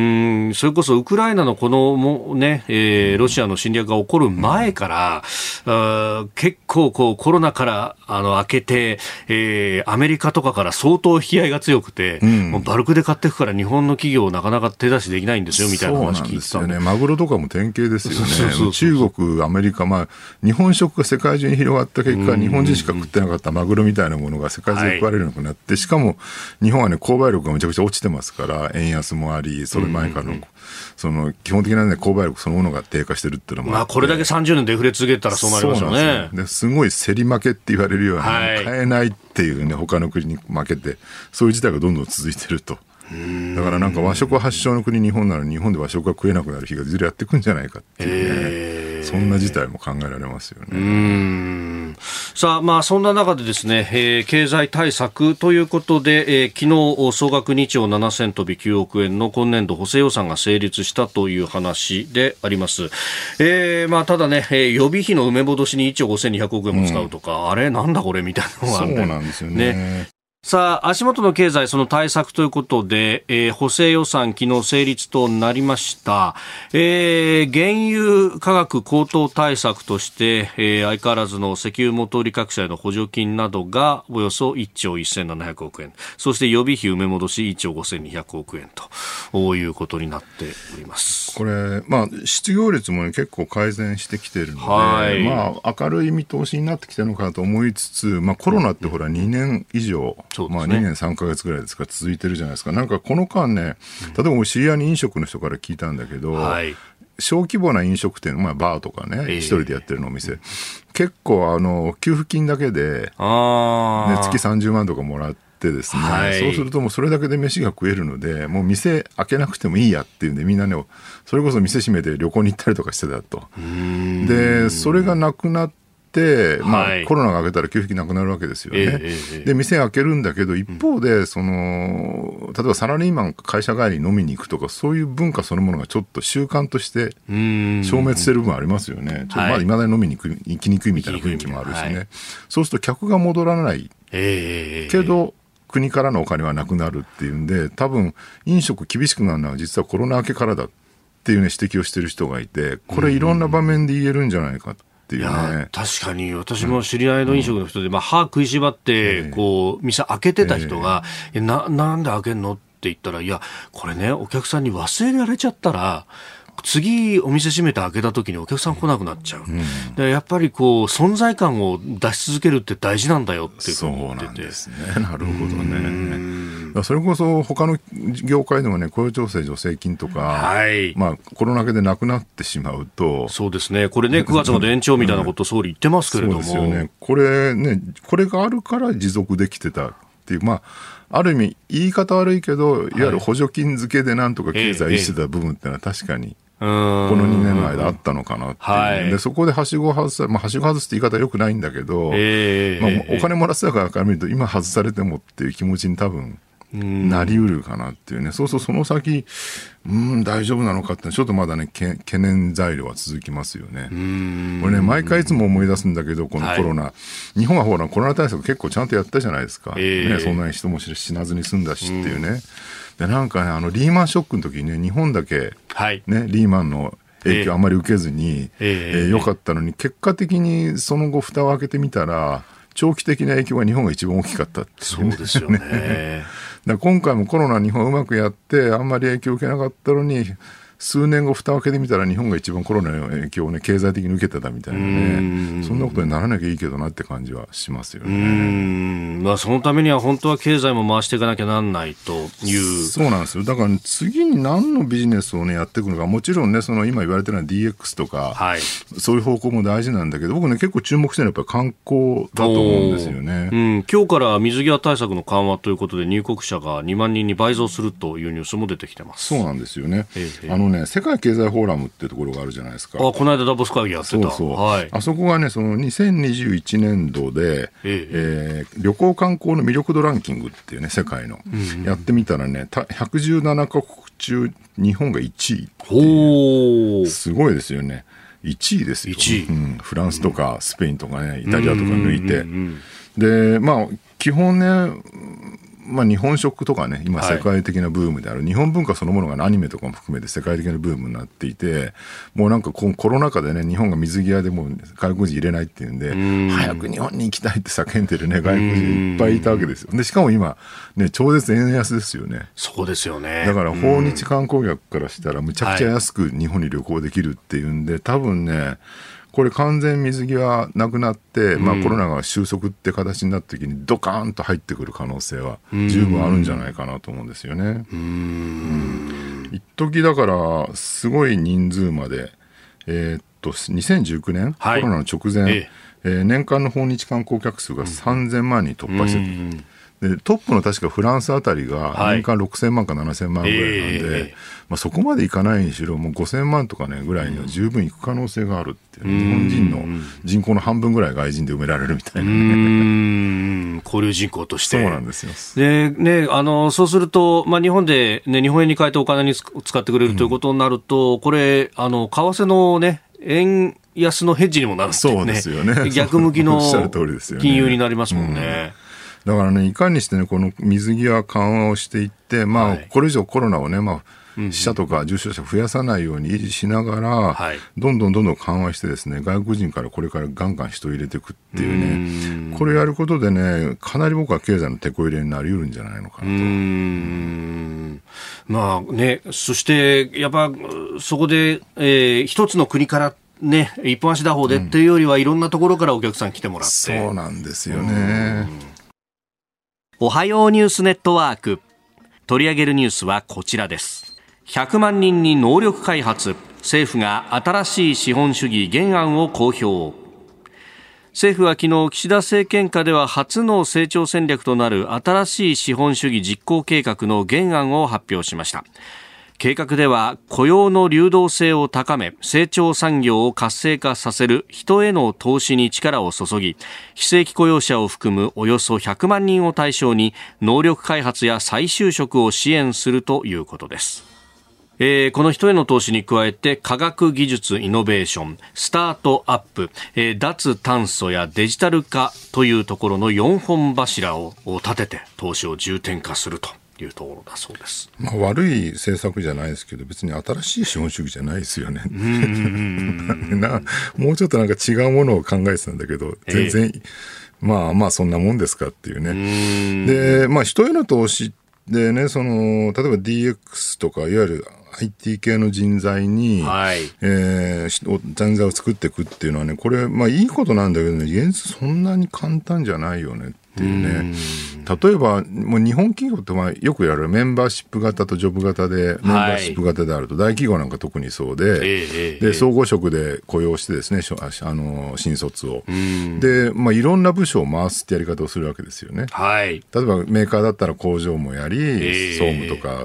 それこそウクライナのこのも、ねえー、ロシアの侵略が起こる前から、うん、結構こうコロナからあの明けて、えー、アメリカとかから相当引き合いが強くて、うん、もうバルクで買っていくから日本の企業なかなか手出しできないんですよみたいな話聞いてたんで。 そうなんですよね。マグロとかも典型ですよね。そうそうそうそう。中国、アメリカ、まあ、日本食が世界中に広がった結果、日本人しか食ってなかったマグロみたいなものが世界中で食われるようになって、はい、しかも日本はね、購買力がめちゃくちゃ落ちてますから、円安もあり、それ前からの、その基本的な、ね、購買力そのものが低下してるっていうのもあって、 まあ、これだけさんじゅうねんデフレ続けたらそうなりますよね。 そうなんですよ。ですごい競り負けって言われるような、はい、買えないっていうね、他の国に負けて、そういう事態がどんどん続いてると。だからなんか和食発祥の国日本なのに日本で和食が食えなくなる日がいずれやってくんじゃないかっていうね、えー、そんな事態も考えられますよね。 うーんさあ、まあそんな中でですね、えー、経済対策ということで、えー、昨日総額にちょうななせんとびきゅうおくえんの今年度補正予算が成立したという話であります。えー、まあただね、えー、予備費の埋め戻しにいちおうごせんにひゃくおくえんも使うとか、うん、あれなんだこれみたいなのがあるんで、 そうなんですよね。 ねさあ足元の経済その対策ということで、えー、補正予算昨日成立となりました。えー、原油価格高騰対策として、えー、相変わらずの石油元売り各社への補助金などがおよそいっちょうせんななひゃくおくえん、そして予備費埋め戻しいっちょうごせんにひゃくおくえんということになっております。 これ、まあ、失業率も、ね、結構改善してきているので、 はいまあ、明るい見通しになってきてるのかなと思いつつ、まあ、コロナってほらにねんいじょう、そうですね、まあ、にねんさんかげつぐらいですか続いてるじゃないですか。なんかこの間ね、例えば俺知り合いに飲食の人から聞いたんだけど、はい、小規模な飲食店、まあ、バーとかね、えー、一人でやってるのお店、結構あの給付金だけで、 あ、 ね、月さんじゅうまんとかもらってですね、はい、そうするともうそれだけで飯が食えるので、もう店開けなくてもいいやっていうんで、みんなねそれこそ店閉めて旅行に行ったりとかしてたと。でそれがなくなってでまあはい、コロナが明けたら給付金なくなるわけですよね、えーえー、で店開けるんだけど一方でその例えばサラリーマン会社帰りに飲みに行くとかそういう文化そのものがちょっと習慣として消滅してる部分ありますよね。ちょっとまだ未だに飲みに行きにくいみたいな雰囲気もあるしね、はい、そうすると客が戻らない、 えー、 けど国からのお金はなくなるっていうんで、多分飲食厳しくなるのは実はコロナ明けからだっていう、ね、指摘をしてる人がいて、これいろんな場面で言えるんじゃないかと。いや確かに私も知り合いの飲食の人で、まあ、歯食いしばってこう店開けてた人が、えー、な, なんで開けんのって言ったら、いやこれねお客さんに忘れられちゃったら次お店閉めて開けた時にお客さん来なくなっちゃう、うん、でやっぱりこう存在感を出し続けるって大事なんだよっていうふうに言ってて。 そうなんですね。なるほどね。それこそ他の業界でもね雇用調整助成金とか、 はいまあ、コロナ禍でなくなってしまうと。 そうですね。これねくがつまで延長みたいなことを総理言ってますけれども、 そうですよね。これねこれがあるから持続できてたっていう、まあある意味言い方悪いけど、いわゆる補助金付けでなんとか経済維持してた部分ってのは確かにこのにねんの間あったのかなっていう、 はい、 でそこではしごを外さ、まあ、はしご外すって言い方はよくないんだけど、 えーまあ、お金もらってたからから見ると今外されてもっていう気持ちに多分なりうるかなっていうね、そうそうその先、うん、大丈夫なのかってちょっとまだねけ懸念材料は続きますよね。これね毎回いつも思い出すんだけど、このコロナ、はい、日本はほらコロナ対策結構ちゃんとやったじゃないですか、えーね、そんなに人も死なずに済んだしっていうね。でなんかねあのリーマンショックの時にね日本だけ、はいね、リーマンの影響あまり受けずに、えーえー、よかったのに、結果的にその後蓋を開けてみたら長期的な影響が日本が一番大きかったっていう、ね、 そうですよねだ今回もコロナ日本うまくやってあんまり影響を受けなかったのに、数年後蓋を開けてみたら日本が一番コロナの影響をね経済的に受けてたみたいなね、そんなことにならなきゃいいけどなって感じはしますよね。 うーん、まあ、そのためには本当は経済も回していかなきゃなんないという。 そうなんですよ。だから、ね、次に何のビジネスをねやっていくのか、もちろんねその今言われてるのは ディーエックス とか、はい、そういう方向も大事なんだけど、僕ね結構注目してるのはやっぱり観光だと思うんですよね。 うん、今日から水際対策の緩和ということで入国者がにまんにんに倍増するというニュースも出てきてます。 そうなんですよね、ええ、あのね世界経済フォーラムっていうところがあるじゃないですか。 あ、この間ダボス会議やってた。 そうそう、はい、あそこがねそのにせんにじゅういちねんどで、えええー、旅行観光の魅力度ランキングっていうね世界の、うんうん、やってみたらねひゃくじゅうななかこく中日本がいちいっていう、すごいですよね。いちいですよ。いちい、うん、フランスとかスペインとかねイタリアとか抜いて、うんうんうん、でまあ基本ねまあ、日本食とかね今世界的なブームである、はい、日本文化そのものがアニメとかも含めて世界的なブームになっていて、もうなんかこのコロナ禍でね日本が水際でもう外国人入れないっていうんで、うん早く日本に行きたいって叫んでるね外国人いっぱいいたわけですよ。でしかも今ね超絶円安ですよね。 そうですよね。 だから訪日観光客からしたらむちゃくちゃ安く日本に旅行できるっていうんで、多分ねこれ完全水際なくなって、まあ、コロナが収束って形になった時にドカーンと入ってくる可能性は十分あるんじゃないかなと思うんですよね。うん、一時だからすごい人数まで、えー、っとにせんじゅうきゅうねん、はい、コロナの直前、ええー、年間の訪日観光客数がさんぜんまんにん突破してて、うんでトップの確かフランスあたりが年間ろくせんまんかななせんまんぐらいなんで、はいえーまあ、そこまでいかないにしろもうごせんまんとかねぐらいには十分いく可能性があるっていう、うん、日本人の人口の半分ぐらい外人で埋められるみたいな、ね、 うん交流人口としてそうなんですよ。 で、ね、あのそうすると、まあ、日本で、ね、日本円に変えてお金に使ってくれるということになると、うん、これあの為替の、ね、円安のヘッジにもなるっていう、ね、 そうですよね。 逆向きの金融になりますもんね。 だからねいかにしてねこの水際緩和をしていって、まあはい、これ以上コロナをね、まあ、死者とか重症者増やさないように維持しながら、はい、どんどんどんどん緩和してですね外国人からこれからガンガン人を入れていくっていうね、これやることでねかなり僕は経済のテこ入れになりうるんじゃないのかなと。うーんまあね、そしてやっぱそこで、えー、一つの国からね一本足打法でっていうよりは、うん、いろんなところからお客さん来てもらって。 そうなんですよね。 おはようニュースネットワーク、取り上げるニュースはこちらです。ひゃくまんにんに能力開発、政府が新しい資本主義原案を公表。政府は昨日岸田政権下では初の成長戦略となる新しい資本主義実行計画の原案を発表しました。計画では雇用の流動性を高め成長産業を活性化させる人への投資に力を注ぎ、非正規雇用者を含むおよそひゃくまんにんを対象に能力開発や再就職を支援するということです。えー、この人への投資に加えて科学技術イノベーション、スタートアップ、えー、脱炭素やデジタル化というところのよんほん柱を立てて投資を重点化するというところだそうです。 まあ、悪い政策じゃないですけど別に新しい資本主義じゃないですよね。うんうんなもうちょっとなんか違うものを考えてたんだけど全然、えー、まあまあそんなもんですかっていうね。うんで、まあ、人への投資でねその例えば ディーエックス とかいわゆる アイティー 系の人材に、はいえー、人材を作っていくっていうのはねこれ、まあ、いいことなんだけどね現実そんなに簡単じゃないよねっていうね。例えばもう日本企業ってまあよくやるメンバーシップ型とジョブ型で、メンバーシップ型であると大企業なんか特にそうで、はい、で総合職で雇用してですねあの新卒をで、まあ、いろんな部署を回すってやり方をするわけですよね。はい、例えばメーカーだったら工場もやり、総務とか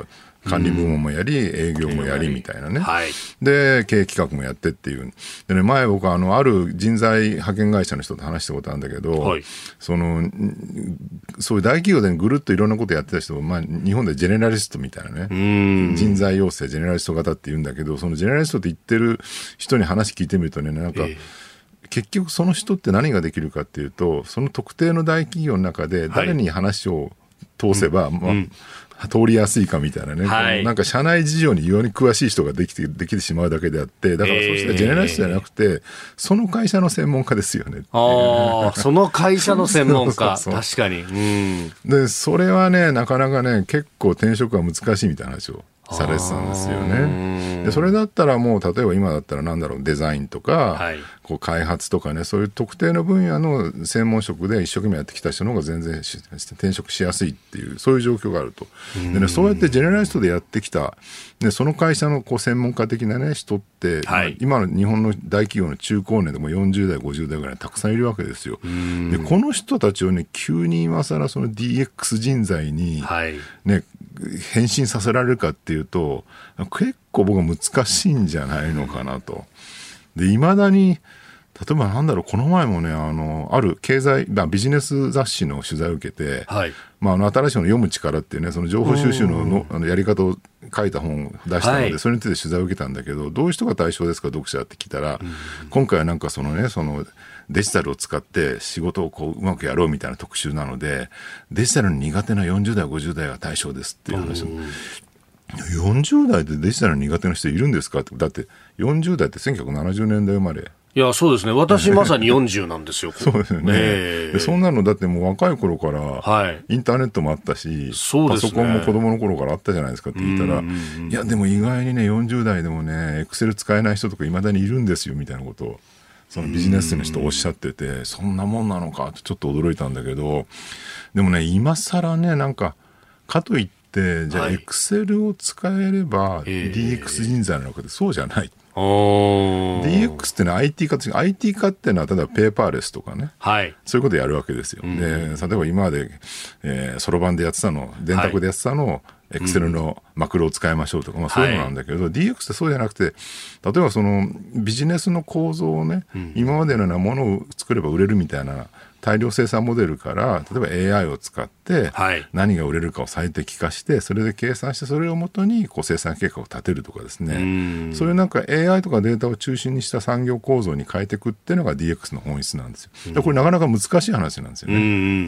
管理部門もやり、営業もやりみたいなね、 はい、 で経営企画もやってっていうで、ね、前僕はあのある人材派遣会社の人と話したことあるんだけど、はい、そのそういう大企業でぐるっといろんなことやってた人、まあ、日本でジェネラリストみたいなね、人材養成ジェネラリスト型って言うんだけど、そのジェネラリストって言ってる人に話聞いてみるとね、なんか、えー結局その人って何ができるかっていうと、その特定の大企業の中で誰に話を通せば、はいまあうん通りやすいかみたいなね、はい、なんか社内事情に非常に詳しい人ができてできてしまうだけであって、だからそうしたらジェネラリストじゃなくて、えー、その会社の専門家ですよねっていう。 あその会社の専門家そうそうそう確かに、 うん、でそれはねなかなかね結構転職は難しいみたいな話をされてたんですよね。でそれだったらもう例えば今だったらなんだろうデザインとか、はい、こう開発とかねそういう特定の分野の専門職で一生懸命やってきた人の方が全然転職しやすいっていうそういう状況があると。で、ね、そうやってジェネラリストでやってきた、ね、その会社のこう専門家的な、ね、人って、はい、今の日本の大企業の中高年でもよんじゅう代ごじゅう代ぐらいたくさんいるわけですよ。でこの人たちをね急に今更その ディーエックス 人材に、はいね、変身させられるかっていうと結構僕は難しいんじゃないのかなと。で未だに例えばなんだろうこの前もねあのある経済、まあ、ビジネス雑誌の取材を受けて、はいまあ、あの新しいの読む力っていうねその情報収集 の, の, あのやり方を書いた本を出したので、はい、それについて取材を受けたんだけどどういう人が対象ですか読者って聞いたら、うん、今回はなんかそのねそのデジタルを使って仕事をこううまくやろうみたいな特集なのでデジタルに苦手なよんじゅう代ごじゅう代が対象ですっていう話をよんじゅう代でデジタル苦手な人いるんですかって。だってよんじゅう代ってせんきゅうひゃくななじゅうねんだい生まれ。 いやそうですね私まさによんじゅうなんですよそうですよね、えー、でそんなのだってもう若い頃からインターネットもあったし、はい、パソコンも子供の頃からあったじゃないですかって言ったら、いやでも意外にねよんじゅう代でもねエクセル使えない人とかいまだにいるんですよみたいなことをそのビジネスの人おっしゃってて、そんなもんなのかってちょっと驚いたんだけど、でもね今更ねなんかかといってじゃあエクセルを使えれば ディーエックス 人材なのかってそうじゃない。ディーエックス ってのは アイティー 化って アイティー 化っていうのは例えばペーパーレスとかね、はい、そういうことやるわけですよ、うん、で例えば今までそろばんでやってたの電卓でやってたのを、はいエクセルのマクロを使いましょうとか、まあ、そういうのなんだけど、はい、ディーエックス ってそうじゃなくて例えばそのビジネスの構造をね、うん、今までのようなものを作れば売れるみたいな大量生産モデルから例えば エーアイ を使って何が売れるかを最適化してそれで計算してそれをもとにこう生産計画を立てるとかですね、うんそういうなんか エーアイ とかデータを中心にした産業構造に変えていくっていうのが ディーエックス の本質なんですよ。うん、これなかなか難しい話なんですよね、うん、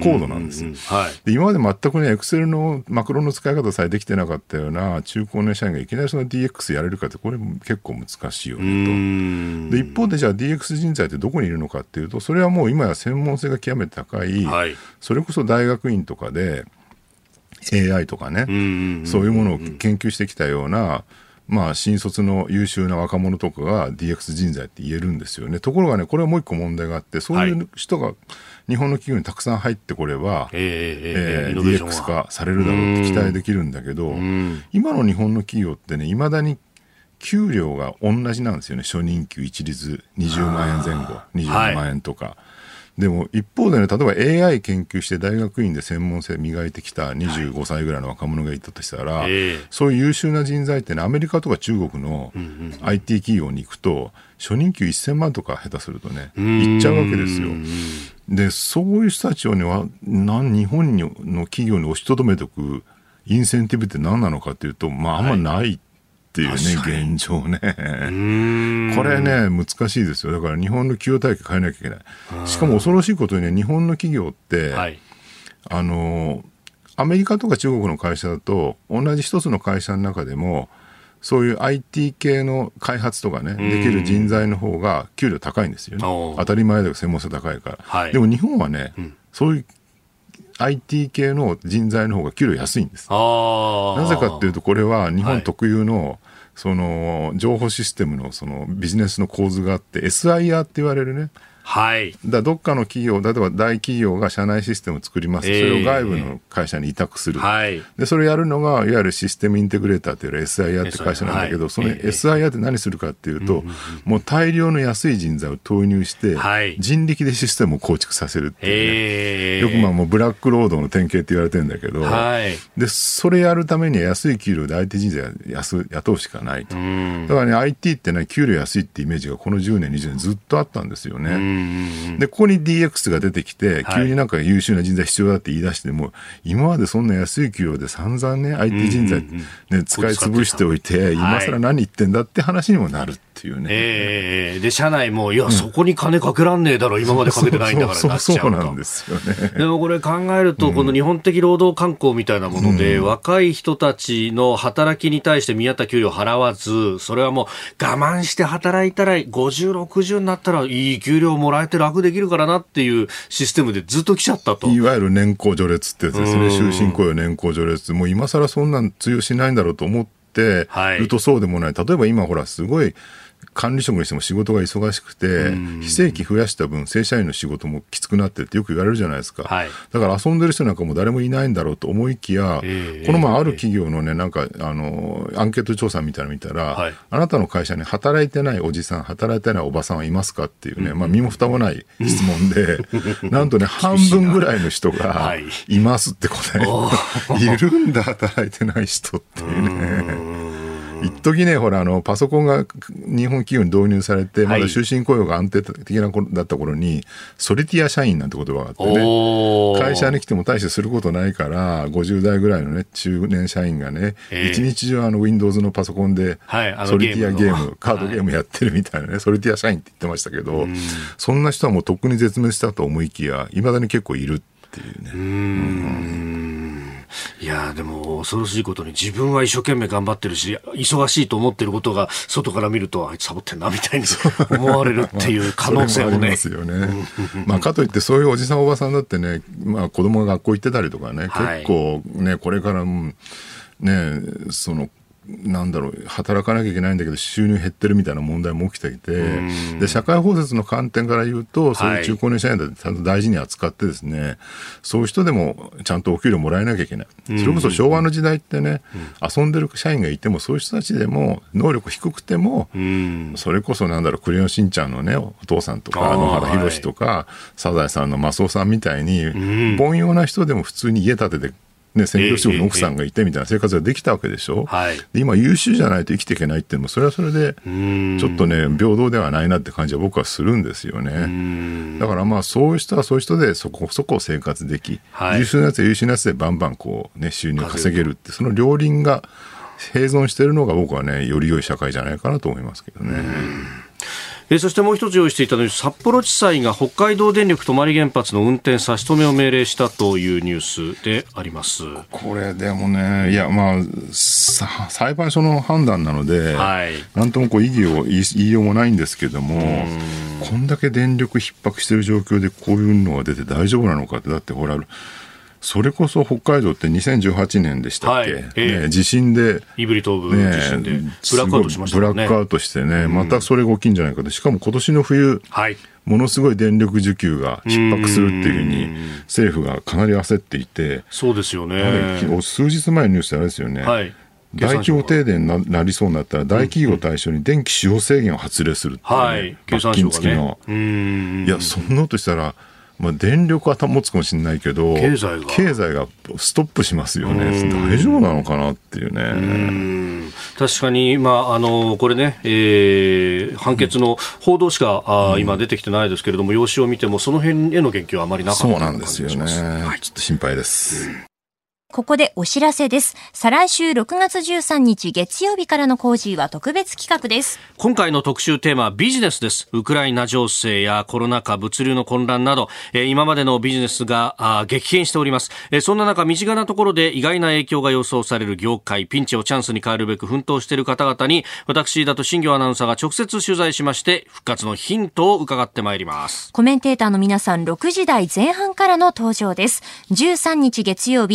高度なんですよ、うんはい、で今まで全くね Excel のマクロの使い方さえできてなかったような中高年社員がいきなりその ディーエックス やれるかってこれ結構難しいよねと。うんで一方でじゃあ ディーエックス 人材ってどこにいるのかっていうとそれはもう今や専門性が極めて高い、はい、それこそ大学院とかで エーアイ とかね、うんうんうんうん、そういうものを研究してきたような、まあ、新卒の優秀な若者とかが ディーエックス 人材って言えるんですよね。ところがねこれはもう一個問題があってそういう人が日本の企業にたくさん入ってこれば、はいえーえー、ディーエックス 化されるだろうって期待できるんだけど今の日本の企業ってねいまだに給料が同じなんですよね。初任給一律にじゅうまんえんぜん後にじゅうまんえんとか、はいでも一方でね例えば エーアイ 研究して大学院で専門性磨いてきたにじゅうごさいぐらいの若者がいたとしたら、はい、そういう優秀な人材ってねアメリカとか中国の アイティー 企業に行くと初任給せんまんとか下手するとね行っちゃうわけですよ。でそういう人たちをねなん日本の企業に押しとどめておくインセンティブって何なのかというとまああんまない、はいっていうね現状ねこれね難しいですよ。だから日本の給与体系変えなきゃいけない。しかも恐ろしいことにね日本の企業って、はい、あのアメリカとか中国の会社だと同じ一つの会社の中でもそういう アイティー 系の開発とかねできる人材の方が給料高いんですよね。当たり前だけど専門性高いから、はい、でも日本はね、うん、そういうアイティー 系の人材の方が給料安いんです。あなぜかっていうとこれは日本特有の、はい、その情報システムのそのビジネスの構図があって エスアイアール って言われるね、 はい、 だからどっかの企業、例えば大企業が社内システムを作ります、えー、それを外部の会社に委託する、はい、でそれをやるのがいわゆるシステムインテグレーターという エスアイアール って会社なんだけど、はい、その エスアイアール って何するかっていうと、えー、もう大量の安い人材を投入して、はい、人力でシステムを構築させるっていうね、えー、よくまあもうブラック労働の典型って言われてるんだけど、はい、でそれやるためには安い給料で アイティー 人材を雇うしかないと。だからね アイティー ってね給料安いってイメージがこのじゅうねんにじゅうねんずっとあったんですよね。でここに ディーエックス が出てきて急になんか優秀な人材必要だって言い出しても、はい、今までそんな安い給料で散々ね アイティー 人材、ね、使い潰しておいて今更何言ってんだって話にもなるっていうね、 えー、で社内もいや、うん、そこに金かけらんねえだろ今までかけてないんだからなっちゃうと。 そうなんですよね。 でもこれ考えると、この日本的労働慣行みたいなもので、うん、若い人たちの働きに対して見合った給料を払わず、それはもう我慢して働いたらごじゅう、ろくじゅうになったらいい給料もらえて楽できるからなっていうシステムでずっと来ちゃったと。 いわゆる年功序列ってやつですね。終身雇用年功序列、もう今更そんなん通用しないんだろうと思っているとそうでもない。例えば今ほらすごい管理職にしても仕事が忙しくて非正規増やした分正社員の仕事もきつくなってるってよく言われるじゃないですか、はい、だから遊んでる人なんかも誰もいないんだろうと思いきや、えー、この前ある企業のねなんかあのアンケート調査みたいなの見たら、はい、あなたの会社に働いてないおじさん働いてないおばさんはいますかっていうね、まあ、身も蓋もない質問でなんとね半分ぐらいの人がいますって答えいるんだ働いてない人っていうね。一時ねほらあのパソコンが日本企業に導入されてまだ終身雇用が安定的な頃だった頃にソリティア社員なんて言葉があってね、会社に来ても大してすることないからごじゅう代ぐらいのね中年社員がね一日中あの Windows のパソコンでソリティアゲームカードゲームやってるみたいなねソリティア社員って言ってましたけど、そんな人はもうとっくに絶滅したと思いきやいまだに結構いるっていうね。うーん、 うんいやでも恐ろしいことに自分は一生懸命頑張ってるし忙しいと思ってることが外から見るとあいつサボってんなみたいに思われるっていう可能性もね。 ありますよね。まあかといってそういうおじさんおばさんだってね、まあ、子供が学校行ってたりとかね、はい、結構ねこれからねそのなんだろう働かなきゃいけないんだけど収入減ってるみたいな問題も起きていて、で社会包摂の観点から言うとそういう中高年社員だってちゃんと大事に扱ってですね、はい、そういう人でもちゃんとお給料もらえなきゃいけない。それこそ昭和の時代ってね、遊んでる社員がいてもそういう人たちでも能力低くてもそれこそなんだろうクレヨンしんちゃんのねお父さんとか野原宏とか、はい、サザエさんのマスオさんみたいに凡庸な人でも普通に家建ててね、専業主婦の奥さんがいてみたいな生活ができたわけでしょ、はい、で今優秀じゃないと生きていけないっていうのもそれはそれでちょっとね平等ではないなって感じは僕はするんですよね。だからまあそういう人はそういう人でそこそこ生活でき、はい、優秀なやつは優秀なやつでバンバンこう、ね、収入稼げるってその両輪が併存しているのが僕はねより良い社会じゃないかなと思いますけどね。 えー、そしてもう一つ用意していたのは札幌地裁が北海道電力泊原発の運転差し止めを命令したというニュースであります。 これでもねいやまあ裁判所の判断なので、はい、なんともこう異議を言いようもないんですけどもこんだけ電力逼迫している状況でこういうのが出て大丈夫なのかってだってほらそれこそ北海道ってにせんじゅうはちねんでしたっけ、はいえーね、地震で胆振東部地震で、ね、ブラックアウトしましたね。 ブラックアウトしてね、またそれが起きんじゃないかと。しかも今年の冬、はい、ものすごい電力需給が逼迫するっていうふうに政府がかなり焦っていて。 そうですよね。 数日前のニュースであれですよね、はい、大規模停電になりそうになったら大企業を対象に電気使用制限を発令するっていう、ねはい、罰金付きの、ね、うんいやそんなことしたらまあ、電力は保つかもしれないけど経済が経済がストップしますよね。大丈夫なのかなっていうね。 うん確かに、まあ、あのこれね、えー、判決の報道しか、うん、今出てきてないですけれども用紙を見てもその辺への言及はあまりなかった。 そうなんですよね、はい、ちょっと心配です。うんここでお知らせです。再来週ろくがつじゅうさんにち月曜日からのコージーは特別企画です。 今回の特集テーマはビジネスです。ウクライナ情勢やコロナ禍、物流の混乱など、えー、今までのビジネスがあ激変しております、えー。そんな中、身近なところで意外な影響が予想される業界、ピンチをチャンスに変えるべく奮闘している方々に、私だと新業アナウンサーが直接取材しまして、復活のヒントを伺ってまいります。 コメンテーターの皆さん、ろくじ台前半からの登場です。じゅうさんにち月曜日、ジャーナリ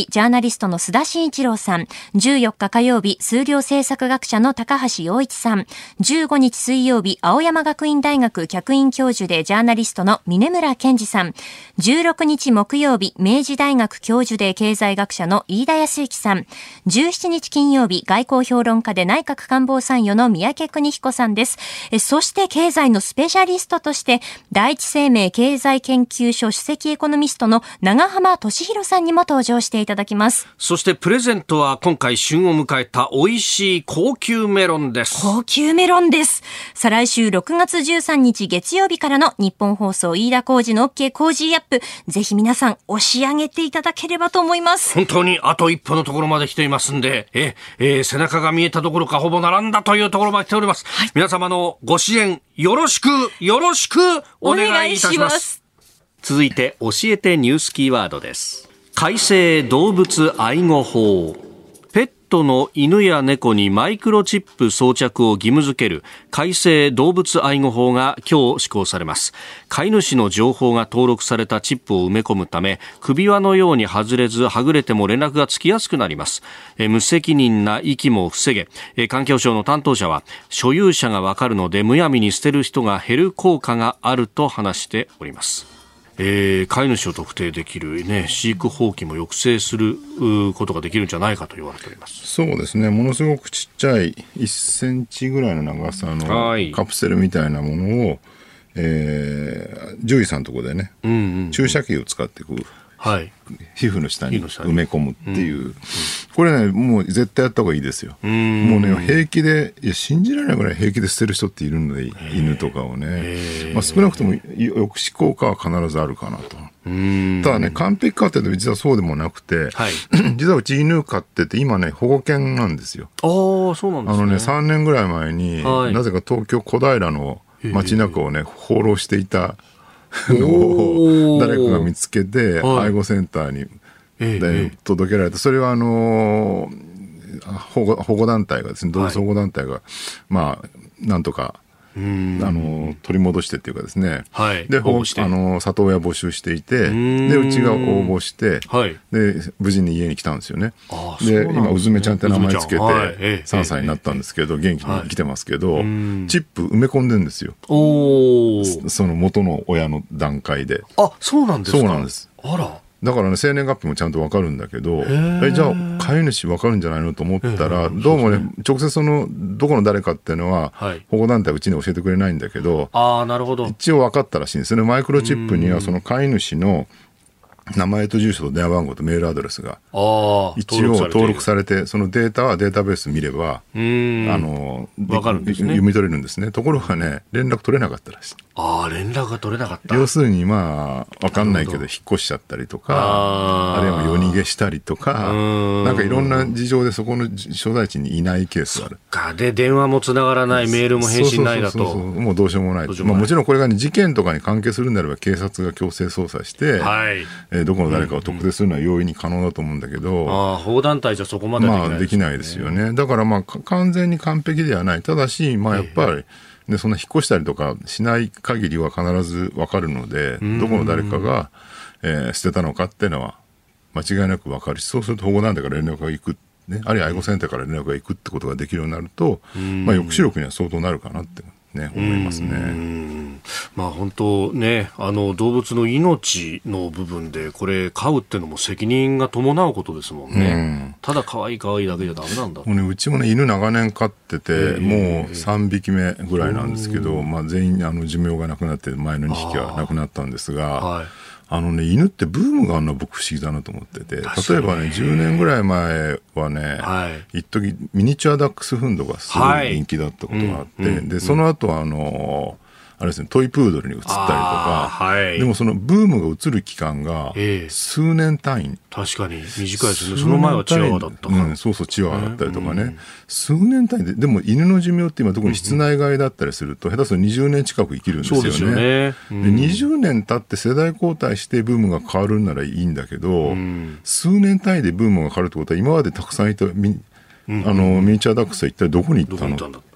リストの須田慎一郎さん、じゅうよっか火曜日、数量政策学者の高橋洋一さん、じゅうごにち水曜日、青山学院大学客員教授でジャーナリストの峰村健二さん、じゅうろくにち木曜日、明治大学教授で経済学者の飯田康之さん、じゅうしちにち金曜日、外交評論家で内閣官房参与の三宅邦彦さんです。えそして経済のスペシャリストとして第一生命経済研究所首席エコノミストの長浜俊弘さんにも登場していただきます。 そしてプレゼントは今回旬を迎えた美味しい高級メロンです。 高級メロンです。再来週ろくがつじゅうさんにち月曜日からの日本放送飯田浩司の OK コージーアップ、ぜひ皆さん押し上げていただければと思います。 本当にあと一歩のところまで来ていますんで、え、えー、背中が見えたどころかほぼ並んだというところまで来ております。はい、皆様のご支援よろしくよろしくお願いいたします。続いて教えてニュースキーワードです。改正動物愛護法。ペットの犬や猫にマイクロチップ装着を義務付ける改正動物愛護法が今日施行されます。飼い主の情報が登録されたチップを埋め込むため、首輪のように外れずはぐれても連絡がつきやすくなります。え無責任な遺棄も防げ、え環境省の担当者は所有者がわかるのでむやみに捨てる人が減る効果があると話しております。えー、飼い主を特定できる、ね、飼育放棄も抑制することができるんじゃないかと言われております。 そうですね、ものすごくちっちゃいいっセンチぐらいの長さのカプセルみたいなものを、えー、獣医さんのところでね、うんうんうん、注射器を使ってこう、はい、皮膚の下に埋め込むっていう、うん、これねもう絶対やった方がいいですよ。うんもうね平気でいや信じられないぐらい平気で捨てる人っているので犬とかをね、まあ、少なくとも抑止効果は必ずあるかなと。うんただね完璧かっていうと実はそうでもなくて、はい、実はうち犬飼ってて今ね保護犬なんですよ。 ああそうなんですね。 あのねさんねんぐらい前に、はい、なぜか東京小平の街中をね放浪していたのを誰かが見つけて愛護センターにで届けられた。それはあの保護、保護団体がですね動物保護団体が、はい、まあなんとかあの取り戻してっていうかですね、はい、であの里親募集していてでうちが応募して、はい、で無事に家に来たんですよね。あで, で、ね、今うずめちゃんって名前つけてさんさいになったんですけど、元気に来てますけど、はい、チップ埋め込んでるんですよ。おその元の親の段階で。 あそうなんですか。 そうなんです。 あらだからね生年月日もちゃんと分かるんだけどえじゃあ飼い主分かるんじゃないのと思ったらどうもね直接そのどこの誰かっていうのは、はい、保護団体はうちに教えてくれないんだけど、 あなるほど一応分かったらしいんですね。マイクロチップにはその飼い主の名前と住所と電話番号とメールアドレスが一応登録されてそのデータはデータベース見ればあの分かるんですね。 読み取れるんですね。ところがね連絡取れなかったらしい。 あ連絡が取れなかった。 要するにまあ分かんないけど引っ越しちゃったりとか あ, あるいは夜逃げしたりとかなんかいろんな事情でそこの所在地にいないケースがある。 そっかで電話もつながらないメールも返信ないだとそうそうそうそうもうどうしようもない。まあ、もちろんこれが、ね、事件とかに関係するんであれば警察が強制捜査して、はいえー、どこの誰かを特定するのは容易に可能だと思うんだけど、うんうん、 あ保護団体じゃそこまではできないですね。まあ、できないですよね。だからまあ完全に完璧ではない。ただし、まあ、やっぱり、でそんな引っ越したりとかしない限りは必ず分かるのでどこの誰かが、えー、捨てたのかっていうのは間違いなく分かるしそうすると保護団体から連絡が行く、ね、あるいは愛護センターから連絡が行くってことができるようになると、まあ、抑止力には相当なるかなってね、思いますね。うんまあ、本当ねあの動物の命の部分でこれ飼うっていうのも責任が伴うことですもんね。うんただ可愛い可愛いだけじゃダメなんだ。 もう、ね、うちもね犬長年飼ってて、えー、もうさんびきめぐらいなんですけど、まあ、全員あの寿命がなくなって前のにひきはなくなったんですがはいあのね、犬ってブームがあるのは僕不思議だなと思ってて例えばねじゅうねんぐらい前はね、はい、一時ミニチュアダックスフンドがすごい人気だったことがあって、はいうん、でその後あのあれですねトイプードルに移ったりとか、はい、でもそのブームが移る期間が数年単位、 確かに短いですね。その前はチワワだったか、 うん、そうそうチワワだったりとかね、うん、数年単位ででも犬の寿命って今特に室内飼いだったりすると、うん、下手するとにじゅうねん近く生きるんですよね。そうですよね、うん、でにじゅうねん経って世代交代してブームが変わるんならいいんだけど、うん、数年単位でブームが変わるってことは今までたくさんいたミ、うん、あのミニチュアダックスは一体どこに行ったの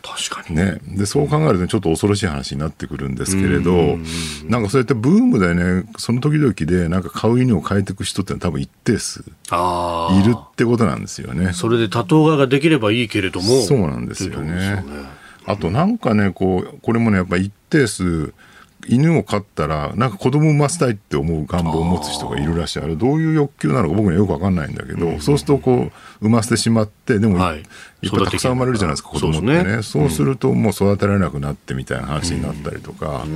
確かに、 ね、でそう考えるとちょっと恐ろしい話になってくるんですけれど、なんかそうやってブームでね、その時々でなんか買う犬を変えていく人ってのは多分一定数いるってことなんですよね。 それで多頭飼いができればいいけれども、 そうなんですよね。あとなんかね、こうこれもね、やっぱり一定数犬を飼ったらなんか子供を産ませたいって思う願望を持つ人がいるらしい。あれどういう欲求なのか僕にはよく分かんないんだけど、うん、そうするとこう産ませてしまって、でも、はい、いっぱいたくさん生まれるじゃないですか、子供ってね。そうですね。そうするともう育てられなくなってみたいな話になったりとか、うん、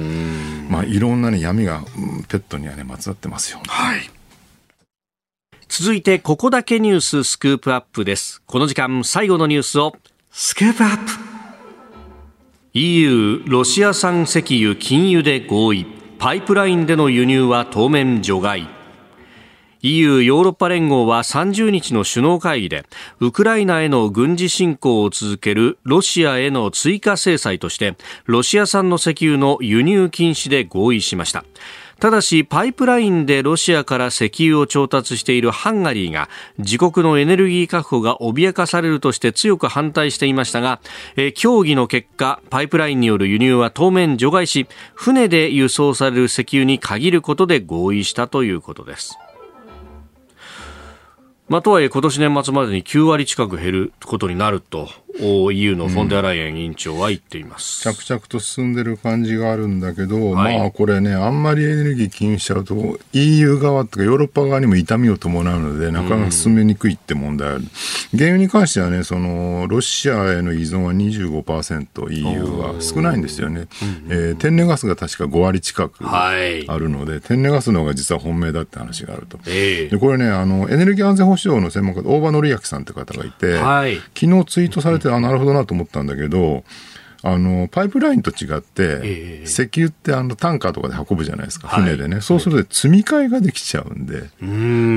まあいろんな、ね、闇が、うん、ペットにはねまつわってますよ、ね。 はい。続いてここだけニューススクープアップです。この時間最後のニュースをスクープアップ。 イーユー ロシア産石油禁輸で合意、パイプラインでの輸入は当面除外。 イーユー ヨーロッパ連合はさんじゅうにちの首脳会議でウクライナへの軍事侵攻を続けるロシアへの追加制裁としてロシア産の石油の輸入禁止で合意しました。ただしパイプラインでロシアから石油を調達しているハンガリーが自国のエネルギー確保が脅かされるとして強く反対していましたが、え協議の結果パイプラインによる輸入は当面除外し、船で輸送される石油に限ることで合意したということです。まあ、とはいえ今年年末までにきゅうわり近く減ることになると イーユー のフォンデアライエン委員長は言っています、 うん、着々と進んでる感じがあるんだけど、はい、まあこれねあんまりエネルギー禁輸しちゃうと イーユー 側とかヨーロッパ側にも痛みを伴うのでなかなか進めにくいって問題ある、うん、原油に関してはね、そのロシアへの依存は にじゅうごパーセント イーユー は少ないんですよね、うんうんえー、天然ガスが確かごわり近くあるので、はい、天然ガスの方が実は本命だって話があると、えー、でこれねあのエネルギー安全保障の専門家で大場紀明さんって方がいて、はい、昨日ツイートされて、あなるほどなと思ったんだけど、あのパイプラインと違って、えー、石油ってあのタンカーとかで運ぶじゃないですか、船でね、はい、そうすると積み替えができちゃうんで、うん、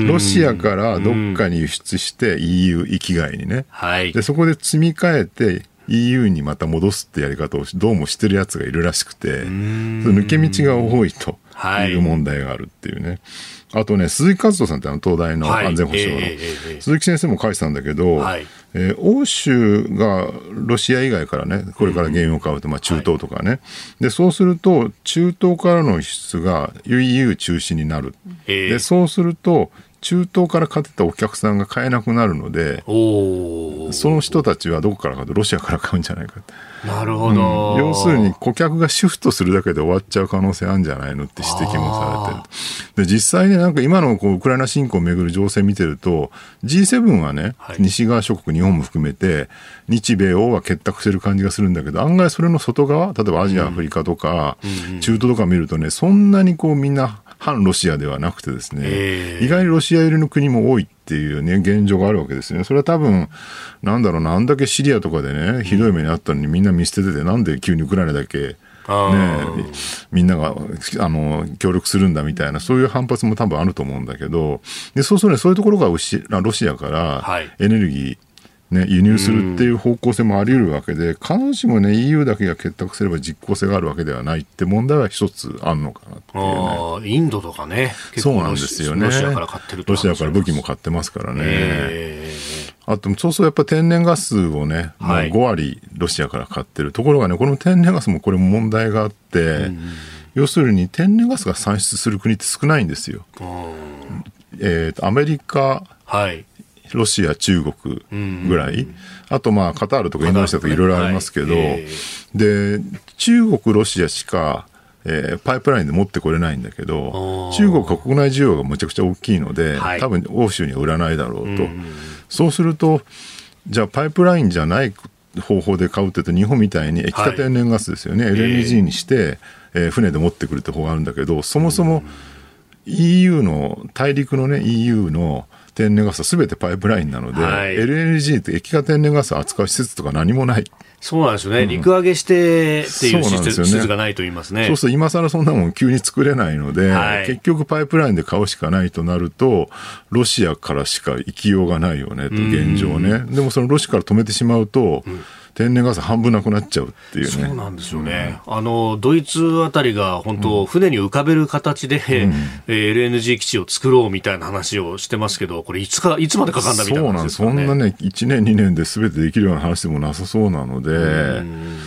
ロシアからどっかに輸出して イーユー 域外にね、はい、でそこで積み替えて イーユー にまた戻すってやり方をどうもしてるやつがいるらしくて、抜け道が多いという問題があるっていうね、はい、あとね鈴木和人さんってあの東大の安全保障の、はいえーえー、鈴木先生も書いてたんだけど、はいえー、欧州がロシア以外からねこれから原油を買うと、まあ、中東とかね、はい、でそうすると中東からの輸出が イーユー 中心になる、えー、でそうすると中東から買ってたお客さんが買えなくなるので、その人たちはどこから買うとロシアから買うんじゃないかって。 なるほど、 うん、要するに顧客がシフトするだけで終わっちゃう可能性あるんじゃないのって指摘もされてる。で実際ねなんか今のこうウクライナ侵攻をめぐる情勢見てると ジーセブン はね、はい、西側諸国日本も含めて日米欧は結託してる感じがするんだけど、案外それの外側例えばアジア、うん、アフリカとか、うん、中東とか見るとねそんなにこうみんな反ロシアではなくてですね、えー、意外にロシア寄りの国も多いっていうね現状があるわけですね。それは多分なんだろうな、あんだけシリアとかでねひどい目にあったのにみんな見捨ててて、なんで急にウクライナだけねみんながあの協力するんだみたいな、そういう反発も多分あると思うんだけど、でそうするとねそういうところがロシアからエネルギー、はいね、輸入するっていう方向性もあり得るわけで、必ずしもね イーユー だけが結託すれば実効性があるわけではないって問題は一つあるのかなっていう、ね、 あインドとかね結構そうなんですよね、ロシアから買ってると、 ロシアから武器も買ってますからね、えー、あとそうそうやっぱ天然ガスをね、はい、もうごわりロシアから買ってるところがね、この天然ガスもこれも問題があって、うん、要するに天然ガスが産出する国って少ないんですよ、えーと、アメリカ、はいロシア、中国ぐらい、あとまあカタールとかインドネシアとかいろいろありますけど、はいえー、で中国、ロシアしか、えー、パイプラインで持ってこれないんだけど、中国は国内需要がむちゃくちゃ大きいので、はい、多分欧州には売らないだろうと、そうするとじゃあパイプラインじゃない方法で買うって言うと日本みたいに液化天然ガスですよね、はい、エルエヌジー にして、えー、船で持ってくるって方があるんだけど、そもそも イーユー の大陸のね イーユー の天然ガスはすべてパイプラインなので、はい、エルエヌジー って液化天然ガスを扱う施設とか何もない。 そうなんですよね、うん、陸揚げしてっていう施設、ね、施設がないと言いますね。 そうすると今更そんなもん急に作れないので、はい、結局パイプラインで買うしかないとなるとロシアからしか行きようがないよねと現状ね。でもそのロシアから止めてしまうと、うん、 天然ガス半分なくなっちゃうっていうね。 そうなんですよね、うん、あのドイツあたりが本当、うん、船に浮かべる形で、うん、エルエヌジー 基地を作ろうみたいな話をしてますけど、これいつかいつまでかかるんだみたいな話ですかね。 そうなん、そんなねいちねんにねんで全てできるような話でもなさそうなので、うん、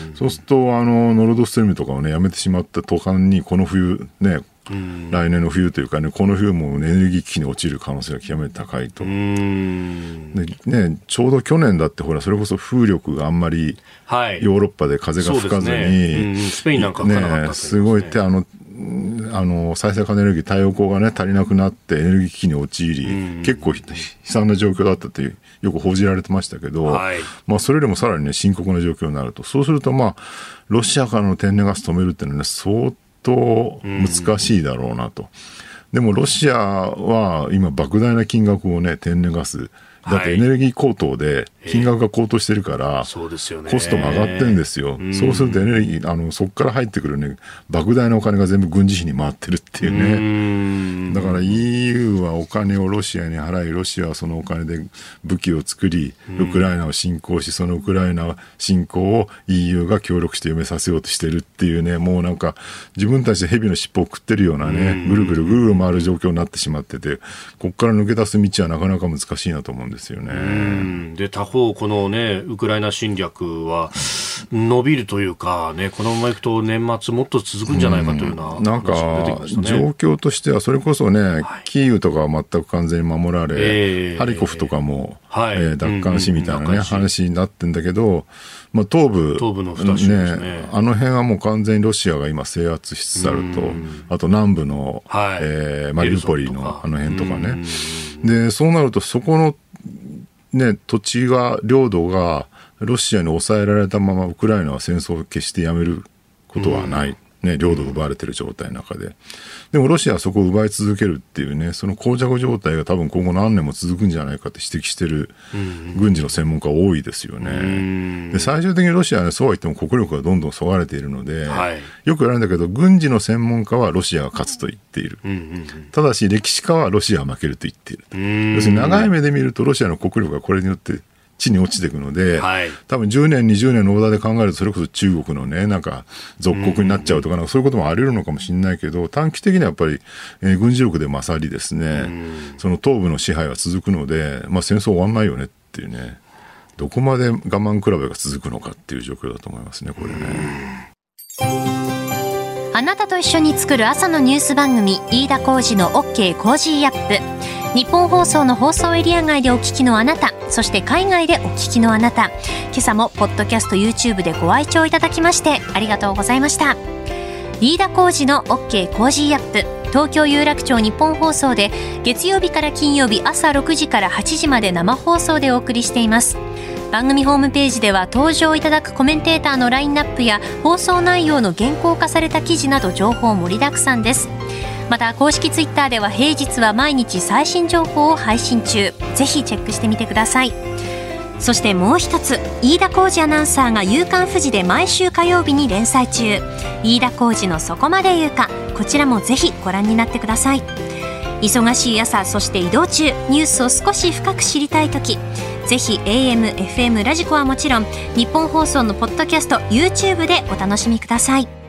そうするとあのノルドストリームとかをねやめてしまった途端にこの冬ね、うん、来年の冬というかね、この冬もエネルギー危機に陥る可能性が極めて高いと。うんで、ね、ちょうど去年だってほらそれこそ風力があんまりヨーロッパで風が吹かずに、はいねうん、スペインなんか吹かなかったですね。すごいってあのあの再生可能エネルギー太陽光がね足りなくなってエネルギー危機に陥り、うん、結構悲惨な状況だったってよく報じられてましたけど、はいまあ、それよりもさらにね深刻な状況になると、そうするとまあロシアからの天然ガス止めるっていうのはね相当難しいだろうなと、うん、でもロシアは今莫大な金額をね天然ガスだってエネルギー高騰で金額が高騰してるから、コストも上がってるんですよ。そうするとエネルギーあのそこから入ってくるね莫大なお金が全部軍事費に回ってるっていうね。だから イーユー はお金をロシアに払い、ロシアはそのお金で武器を作りウクライナを侵攻し、そのウクライナ侵攻を イーユー が協力して埋めさせようとしてるっていうね、もうなんか自分たちで蛇の尻尾を食ってるようなね、ぐるぐるぐるぐる回る状況になってしまってて、ここから抜け出す道はなかなか難しいなと思うんですですよね。 うんで他方この、ね、ウクライナ侵略は伸びるというか、ね、このままいくと年末もっと続くんじゃないかというような、 なんか状況としてはそれこそね、はい、キーウとかは全く完全に守られ、えー、ハリコフとかも、はいえー、奪還しみたいな、ねうんうん、話になってんだけど、まあ、東部、 東部のに州ですね、 ね、あの辺はもう完全にロシアが今制圧しつつあると、あと南部の、はいえー、マリウポリのあの辺とかね、でそうなるとそこのね、土地が領土がロシアに抑えられたままウクライナは戦争を決してやめることはない、ね、領土を奪われている状態の中で、でもロシアはそこを奪い続けるっていうね、その膠着状態が多分今後何年も続くんじゃないかって指摘してる軍事の専門家多いですよね。で最終的にロシアは、ね、そうは言っても国力がどんどんそがれているので、はい、よく言われるんだけど軍事の専門家はロシアが勝つと言っている、うんうんうん、ただし歴史家はロシアは負けると言っている。要するに長い目で見るとロシアの国力がこれによって地に落ちていくので、はい、多分じゅうねんにじゅうねんのオーダーで考えるとそれこそ中国のねなんか属国になっちゃうとか、なんかそういうこともあり得るのかもしれないけど、短期的にはやっぱり、えー、軍事力で勝りですね、その東部の支配は続くので、まあ、戦争終わんないよねっていうね、どこまで我慢比べが続くのかっていう状況だと思いますねこれね。 あなたと一緒に作る朝のニュース番組、飯田浩司の OK コージーアップ。日本放送の放送エリア外でお聞きのあなた、そして海外でお聞きのあなた、今朝もポッドキャスト YouTube でご愛聴いただきましてありがとうございました。飯田浩司の OK コージーアップ、東京有楽町日本放送で月曜日から金曜日朝ろくじからはちじまで生放送でお送りしています。番組ホームページでは登場いただくコメンテーターのラインナップや放送内容の原稿化された記事など情報盛りだくさんです。また公式ツイッターでは平日は毎日最新情報を配信中、ぜひチェックしてみてください。そしてもう一つ、飯田浩司アナウンサーが夕刊フジで毎週火曜日に連載中、飯田浩司のそこまで言うか、こちらもぜひご覧になってください。忙しい朝、そして移動中、ニュースを少し深く知りたいとき、ぜひ エーエム、エフエム、ラジコはもちろん日本放送のポッドキャスト YouTube でお楽しみください。